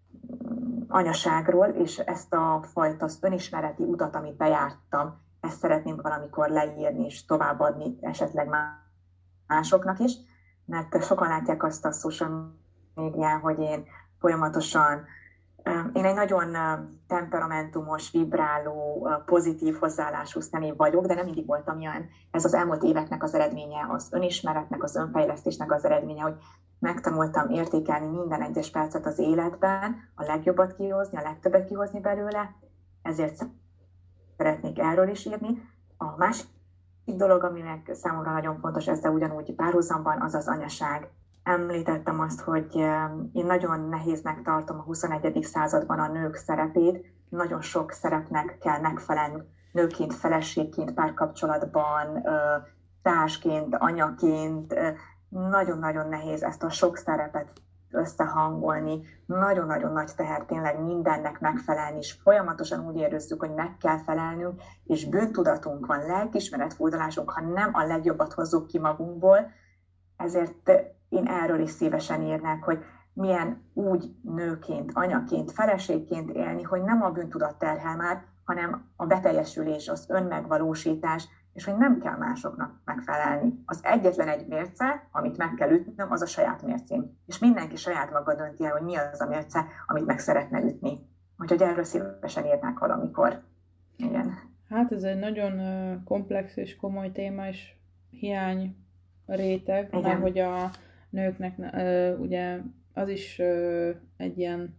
anyaságról, és ezt a fajta önismereti utat, amit bejártam, ezt szeretném valamikor leírni és továbbadni esetleg másoknak is, mert sokan látják azt a social médián, hogy én folyamatosan, én egy nagyon temperamentumos, vibráló, pozitív hozzáállású személy vagyok, de nem mindig voltam ilyen. Ez az elmúlt éveknek az eredménye, az önismeretnek, az önfejlesztésnek az eredménye, hogy megtanultam értékelni minden egyes percet az életben, a legjobbat kihozni, a legtöbbet kihozni belőle, ezért szeretnék erről is írni. A másik dolog, ami meg számomra nagyon fontos, ezzel ugyanúgy párhuzamban, az az anyaság. Említettem azt, hogy én nagyon nehéznek tartom a huszonegyedik században a nők szerepét, nagyon sok szerepnek kell megfelelni, nőként, feleségként, párkapcsolatban, társként, anyaként, nagyon-nagyon nehéz ezt a sok szerepet összehangolni, nagyon-nagyon nagy teher tényleg mindennek megfelelni, és folyamatosan úgy érezzük, hogy meg kell felelnünk, és bűntudatunk van, lelkiismeretfordulásunk, ha nem a legjobbat hozzuk ki magunkból, ezért én erről is szívesen írnák, hogy milyen úgy nőként, anyaként, feleségként élni, hogy nem a bűntudat terhel már, hanem a beteljesülés, az önmegvalósítás, és hogy nem kell másoknak megfelelni. Az egyetlen egy mérce, amit meg kell ütnöm, az a saját mércém. És mindenki saját maga dönti el, hogy mi az a mérce, amit meg szeretne ütni. Úgyhogy erről szívesen írnák valamikor. Igen. Hát ez egy nagyon komplex és komoly téma, és hiány réteg, igen. Mert hogy a nőknek ugye az is egy ilyen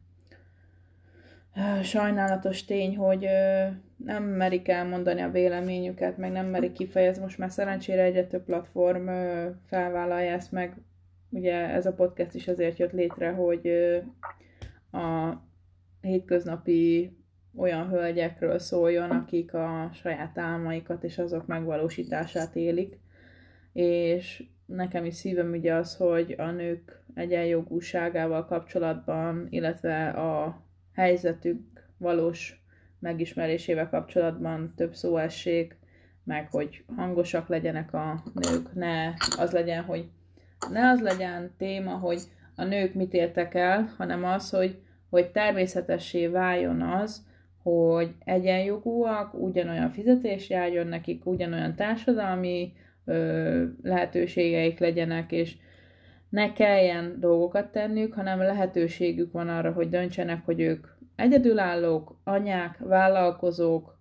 sajnálatos tény, hogy nem merik elmondani a véleményüket, meg nem merik kifejezni. Most már szerencsére egyre több platform felvállalja ezt meg. Ugye ez a podcast is azért jött létre, hogy a hétköznapi olyan hölgyekről szóljon, akik a saját álmaikat és azok megvalósítását élik. És nekem is szívem ugye az, hogy a nők egyenjogúságával kapcsolatban, illetve a helyzetük valós megismerésével kapcsolatban több szó essék, meg hogy hangosak legyenek a nők, ne az legyen, hogy ne az legyen téma, hogy a nők mit értek el, hanem az, hogy, hogy természetessé váljon az, hogy egyenjogúak, ugyanolyan fizetés járjon nekik, ugyanolyan társadalmi ö, lehetőségeik legyenek, és ne kelljen dolgokat tenniük, hanem lehetőségük van arra, hogy döntsenek, hogy ők egyedülállók, anyák, vállalkozók,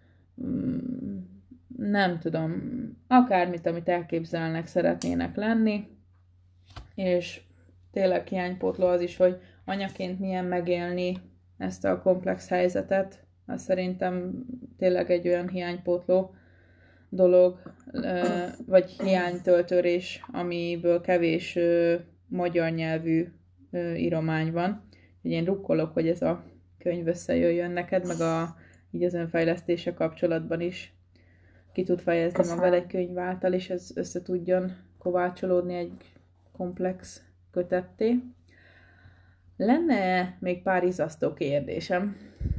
nem tudom, akármit, amit elképzelnek, szeretnének lenni, és tényleg hiánypótló az is, hogy anyaként milyen megélni ezt a komplex helyzetet, az szerintem tényleg egy olyan hiánypótló, dolog, vagy hiánytöltörés, amiből kevés magyar nyelvű íromány van. Én rukkolok, hogy ez a könyv összejöjjön neked, meg a, így az önfejlesztése kapcsolatban is ki tud fejezni magad egy könyv által, és ez össze tudjon kovácsolódni egy komplex kötetté. Lenne még pár izasztó kérdésem.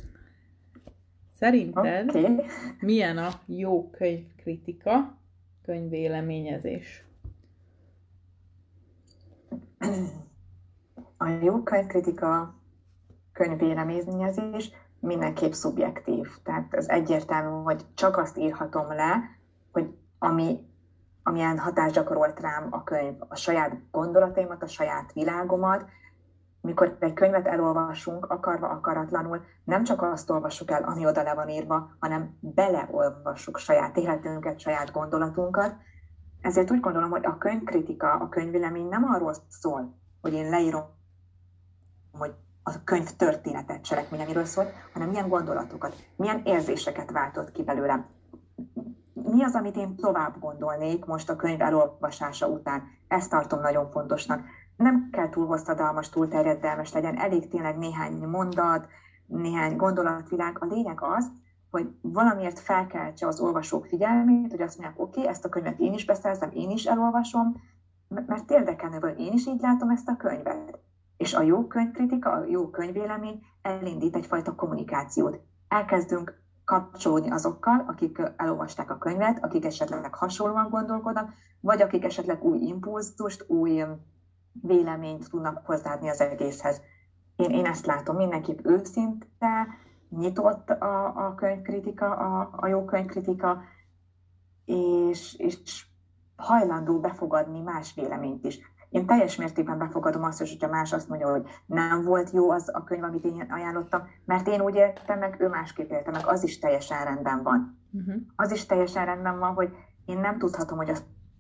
Szerinted okay. milyen a jó könyvkritika, könyvvéleményezés? A jó könyvkritika, könyvvéleményezés mindenképp szubjektív. Tehát ez egyértelmű, hogy csak azt írhatom le, hogy ami, amilyen hatást gyakorolt rám a könyv, a saját gondolataimat, a saját világomat. Mikor egy könyvet elolvasunk, akarva, akaratlanul, nem csak azt olvassuk el, ami oda le van írva, hanem beleolvassuk saját életünket, saját gondolatunkat. Ezért úgy gondolom, hogy a könyvkritika, a könyvvélemény nem arról szól, hogy én leírom, hogy a könyv történetet, cselekmény, amiről szól, hanem milyen gondolatokat, milyen érzéseket váltott ki belőlem. Mi az, amit én tovább gondolnék most a könyv elolvasása után? Ezt tartom nagyon fontosnak. Nem kell túl hosszadalmas, túl terjedelmes legyen, elég tényleg néhány mondat, néhány gondolatvilág. A lényeg az, hogy valamiért felkeltse az olvasók figyelmét, hogy azt mondják, oké, okay, ezt a könyvet én is beszerzem, én is elolvasom, mert érdekelne, hogy én is így látom ezt a könyvet. És a jó könyvkritika, a jó könyvvélemény elindít egyfajta kommunikációt. Elkezdünk kapcsolódni azokkal, akik elolvasták a könyvet, akik esetleg hasonlóan gondolkodnak, vagy akik esetleg új impulzust, új véleményt tudnak hozzáadni az egészhez. Én, én ezt látom, mindenképp őszinte, nyitott a, a könyvkritika, a, a jó könyvkritika, és, és hajlandó befogadni más véleményt is. Én teljes mértékben befogadom azt, hogyha más azt mondja, hogy nem volt jó az a könyv, amit én ajánlottam, mert én úgy éltem meg, ő másképp élte meg, az is teljesen rendben van. Uh-huh. Az is teljesen rendben van, hogy én nem tudhatom, hogy a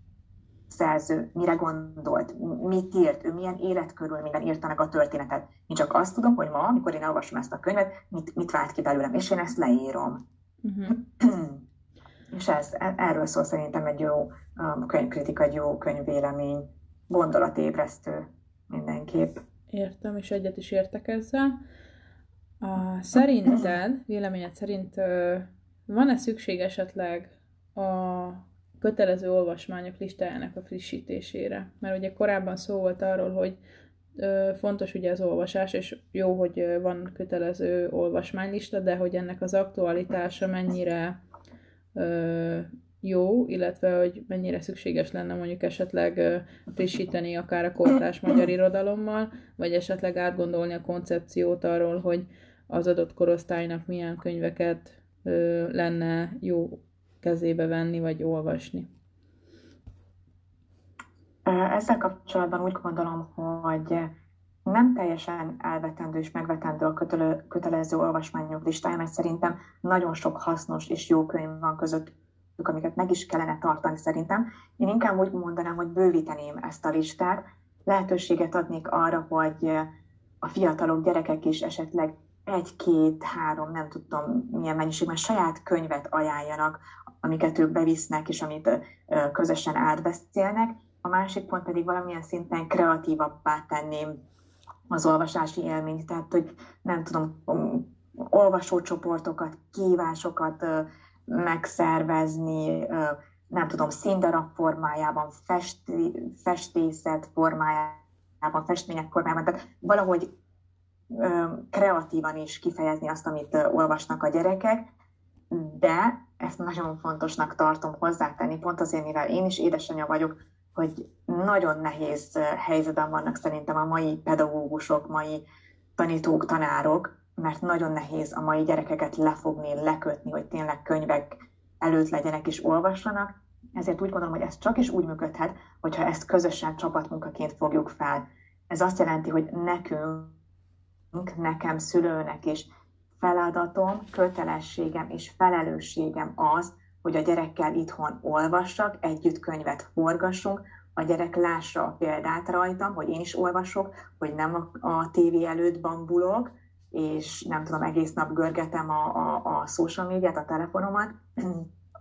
szerző mire gondolt, mit írt, ő milyen életkörülményben írta meg a történetet. Én csak azt tudom, hogy ma, amikor én olvasom ezt a könyvet, mit, mit vált ki belőlem, és én ezt leírom. Uh-huh. És ez, erről szól szerintem egy jó um, könyvkritika, egy jó könyvvélemény, gondolatébresztő mindenképp. Értem, és egyet is értek ezzel. A, szerinted, véleményed szerint van-e szükség esetleg a kötelező olvasmányok listájának a frissítésére? Mert ugye korábban szó volt arról, hogy fontos ugye az olvasás, és jó, hogy van kötelező olvasmánylista, de hogy ennek az aktualitása mennyire jó, illetve hogy mennyire szükséges lenne mondjuk esetleg frissíteni akár a kortárs magyar irodalommal, vagy esetleg átgondolni a koncepciót arról, hogy az adott korosztálynak milyen könyveket lenne jó kezébe venni, vagy olvasni. Ezzel kapcsolatban úgy gondolom, hogy nem teljesen elvetendő és megvetendő a kötelő, kötelező olvasmányok listája, mert szerintem nagyon sok hasznos és jó könyv van között, amiket meg is kellene tartani szerintem. Én inkább úgy mondanám, hogy bővíteném ezt a listát, lehetőséget adnék arra, hogy a fiatalok, gyerekek is esetleg egy, két, három, nem tudom milyen mennyiségben saját könyvet ajánljanak, amiket ők bevisznek és amit közösen átbeszélnek. A másik pont pedig valamilyen szinten kreatívabbá tenném az olvasási élményt, tehát hogy nem tudom, olvasócsoportokat, kívásokat megszervezni, nem tudom, színdarab formájában, festi, festészet formájában, festmények formájában, tehát valahogy kreatívan is kifejezni azt, amit olvasnak a gyerekek, de ezt nagyon fontosnak tartom hozzátenni, pont azért, mivel én is édesanyja vagyok, hogy nagyon nehéz helyzetben vannak szerintem a mai pedagógusok, mai tanítók, tanárok, mert nagyon nehéz a mai gyerekeket lefogni, lekötni, hogy tényleg könyvek előtt legyenek és olvassanak. Ezért úgy gondolom, hogy ez csak is úgy működhet, hogyha ezt közösen csapatmunkaként fogjuk fel. Ez azt jelenti, hogy nekünk, nekem szülőnek is feladatom, kötelességem és felelősségem az, hogy a gyerekkel itthon olvassak, együtt könyvet forgassunk, a gyerek lássa a példát rajtam, hogy én is olvasok, hogy nem a, a tévé előtt bambulok, és nem tudom, egész nap görgetem a, a, a social médiát, a telefonomat,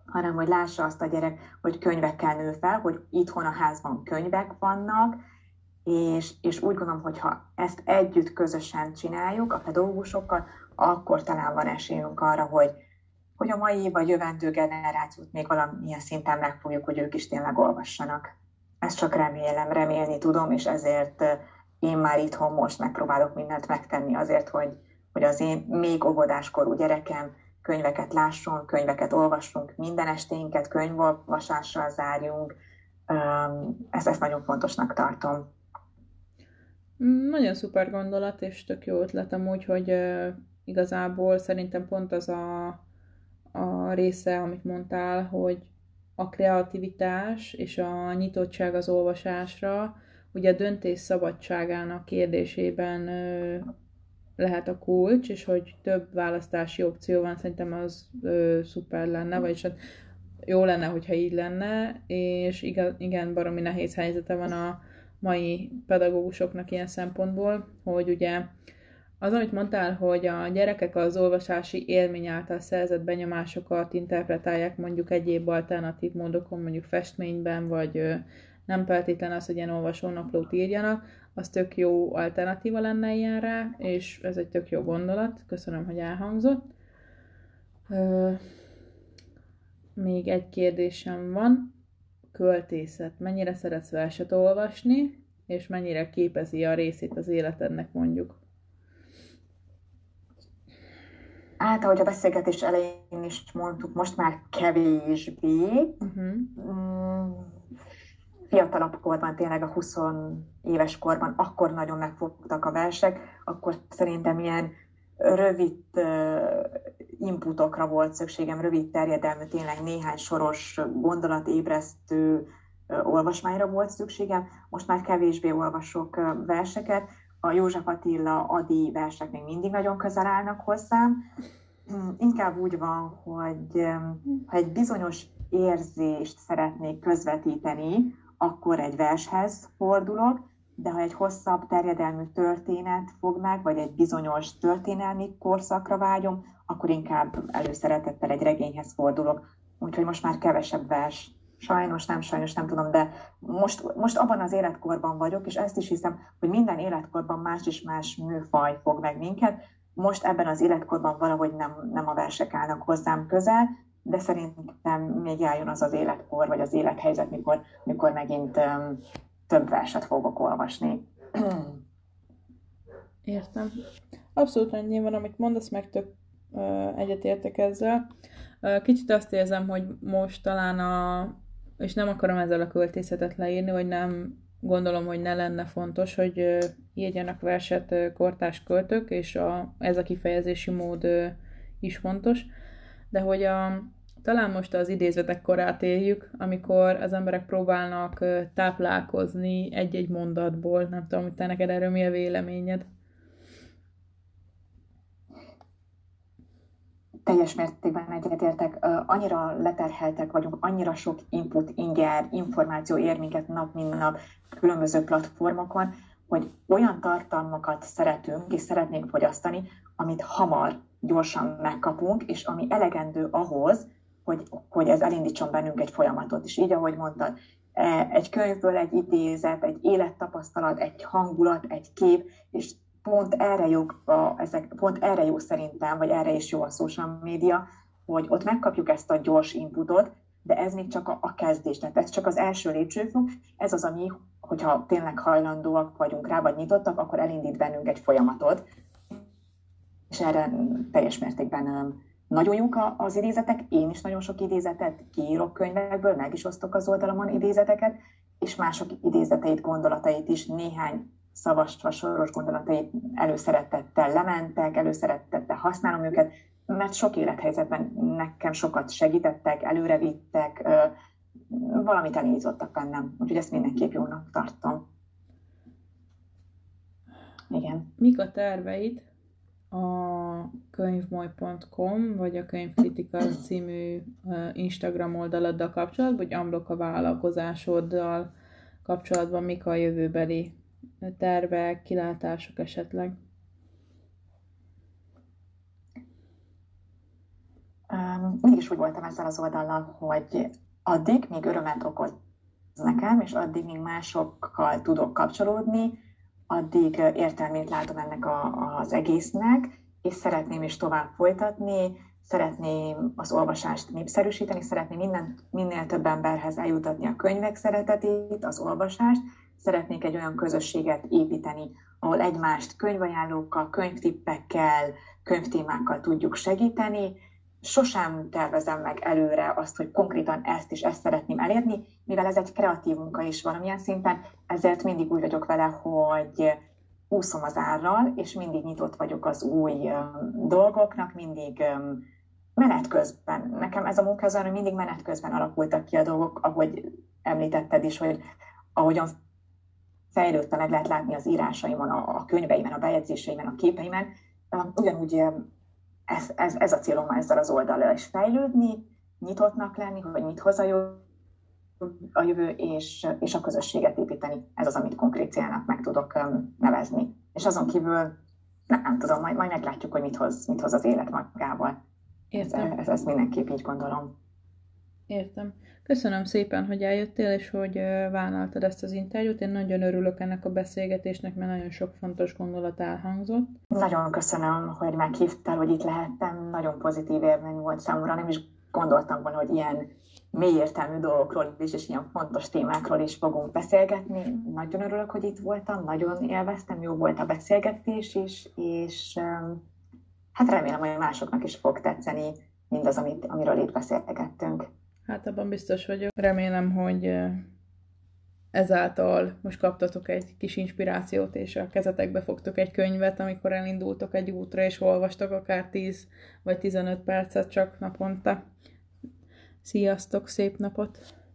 hanem hogy lássa azt a gyerek, hogy könyvekkel nő fel, hogy itthon a házban könyvek vannak, és, és úgy gondolom, hogy ha ezt együtt közösen csináljuk a pedagógusokkal, akkor talán van esélyünk arra, hogy, hogy a mai vagy jövendő generációt még valamilyen szinten megfogjuk, hogy ők is tényleg olvassanak. Ezt csak remélem, remélni tudom, és ezért én már itthon most megpróbálok mindent megtenni azért, hogy, hogy az én még óvodáskorú gyerekem könyveket lásson, könyveket olvassunk, minden esténket könyvolvasással zárjunk. Ezt, ezt nagyon fontosnak tartom. Nagyon szuper gondolat, és tök jó ötlet amúgy, hogy uh, igazából szerintem pont az a, a része, amit mondtál, hogy a kreativitás és a nyitottság az olvasásra, ugye a döntés szabadságának kérdésében uh, lehet a kulcs, és hogy több választási opció van, szerintem az uh, szuper lenne, vagyis hát jó lenne, hogyha így lenne, és igen, igen baromi nehéz helyzete van a mai pedagógusoknak ilyen szempontból, hogy ugye az, amit mondtál, hogy a gyerekek az olvasási élmény által szerzett benyomásokat interpretálják mondjuk egyéb alternatív módokon, mondjuk festményben, vagy nem feltétlen az, hogy ilyen olvasónaplót írjanak, az tök jó alternatíva lenne ilyenre, és ez egy tök jó gondolat. Köszönöm, hogy elhangzott. Még egy kérdésem van. Költészet. Mennyire szeretsz verset olvasni, és mennyire képezi a részét az életednek mondjuk? Hát, ahogy a beszélgetés elején is mondtuk, most már kevésbé. Uh-huh. Fiatalabb korban, tényleg a húsz éves korban, akkor nagyon megfogtak a versek, akkor szerintem ilyen rövid uh, inputokra volt szükségem, rövid terjedelmű, tényleg néhány soros gondolatébresztő uh, olvasmányra volt szükségem. Most már kevésbé olvasok uh, verseket. A József Attila, Ady versek még mindig nagyon közel állnak hozzám. Um, inkább úgy van, hogy um, ha egy bizonyos érzést szeretnék közvetíteni, akkor egy vershez fordulok, de ha egy hosszabb terjedelmű történet fog meg, vagy egy bizonyos történelmi korszakra vágyom, akkor inkább előszeretettel egy regényhez fordulok. Úgyhogy most már kevesebb vers. Sajnos, nem sajnos, nem tudom, de most, most abban az életkorban vagyok, és ezt is hiszem, hogy minden életkorban más és más műfaj fog meg minket. Most ebben az életkorban valahogy nem, nem a versek állnak hozzám közel, de szerintem még eljön az az életkor, vagy az élethelyzet, mikor, mikor megint um, több verset fogok olvasni. Értem. Abszolút ennyi van, amit mondasz, meg tök uh, egyetértek ezzel. Uh, kicsit azt érzem, hogy most talán a, és nem akarom ezzel a költészetet leírni, vagy nem gondolom, hogy ne lenne fontos, hogy uh, írjanak verset uh, kortárs költők, és a, ez a kifejezési mód uh, is fontos, de hogy a talán most az idézvetek korát éljük, amikor az emberek próbálnak táplálkozni egy-egy mondatból. Nem tudom, hogy te neked erről mi a véleményed? Teljes mértékben egyetértek. Annyira leterheltek vagyunk, annyira sok input, inger, információ ér minket nap, mint nap különböző platformokon, hogy olyan tartalmakat szeretünk és szeretnénk fogyasztani, amit hamar, gyorsan megkapunk, és ami elegendő ahhoz, Hogy, hogy ez elindítson bennünk egy folyamatot. És így, ahogy mondtad, egy könyvből egy idézet, egy élettapasztalat, egy hangulat, egy kép, és pont erre jó, a, ezek, pont erre jó szerintem, vagy erre is jó a social media, hogy ott megkapjuk ezt a gyors inputot, de ez még csak a, a kezdés, tehát ez csak az első lépcsőfok, ez az, ami, hogyha tényleg hajlandóak vagyunk rá, vagy nyitottak, akkor elindít bennünk egy folyamatot. És erre teljes mértékben nagyon jók az idézetek, én is nagyon sok idézetet kiírok könyvekből, meg is osztok az oldalamon idézeteket, és mások idézeteit, gondolatait is, néhány szavas vagy soros gondolatait előszeretettel lementek, előszeretettel használom őket, mert sok élethelyzetben nekem sokat segítettek, előrevittek, valamit elindítottak bennem, úgyhogy ezt mindenképp jónak tartom. Igen. Mik a terveid a könyvmoly pont com vagy a Könyvkritika című Instagram oldaladdal kapcsolatban, vagy unblock a vállalkozásoddal kapcsolatban, mik a jövőbeli tervek, kilátások esetleg? mindig is úgy voltam ezzel az oldallal, hogy addig, míg örömet okoz nekem, és addig, míg másokkal tudok kapcsolódni, addig értelmét látom ennek a, az egésznek, és szeretném is tovább folytatni, szeretném az olvasást népszerűsíteni, szeretném minden, minél több emberhez eljutatni a könyvek szeretetét, az olvasást, szeretnék egy olyan közösséget építeni, ahol egymást könyvajánlókkal, könyvtippekkel, könyvtémákkal tudjuk segíteni. Sosem tervezem meg előre azt, hogy konkrétan ezt és ezt szeretném elérni, mivel ez egy kreatív munka is valamilyen szinten, ezért mindig úgy vagyok vele, hogy úszom az árral, és mindig nyitott vagyok az új um, dolgoknak, mindig um, menet közben. Nekem ez a munka az arra, mindig menet közben alakultak ki a dolgok, ahogy említetted is, hogy ahogyan fejlődtem, meg lehet látni az írásaimon, a, a könyveimen, a bejegyzéseimen, a képeimen, um, ugyanúgy um, ez, ez, ez a célom ezzel az oldallal is fejlődni, nyitottnak lenni, hogy mit hoz a jövő, a jövő és, és a közösséget építeni. Ez az, amit konkrét célnak meg tudok um, nevezni. És azon kívül nem, nem tudom, majd, majd meglátjuk, hogy mit hoz, mit hoz az élet magával. Értem. Ez, ez, ezt mindenképp így gondolom. Értem. Köszönöm szépen, hogy eljöttél, és hogy vállaltad ezt az interjút. Én nagyon örülök ennek a beszélgetésnek, mert nagyon sok fontos gondolat elhangzott. Nagyon köszönöm, hogy meghívtál, hogy itt lehettem. Nagyon pozitív élmény volt számomra. Nem is gondoltam volna, hogy ilyen mélyértelmű dolgokról is, és ilyen fontos témákról is fogunk beszélgetni. Nagyon örülök, hogy itt voltam, nagyon élveztem, jó volt a beszélgetés is, és hát remélem, hogy másoknak is fog tetszeni mindaz, amit, amiről itt beszélgettünk. Hát abban biztos vagyok. Remélem, hogy ezáltal most kaptatok egy kis inspirációt, és a kezetekbe fogtok egy könyvet, amikor elindultok egy útra, és olvastok akár tíz vagy tizenöt percet csak naponta. Sziasztok, szép napot!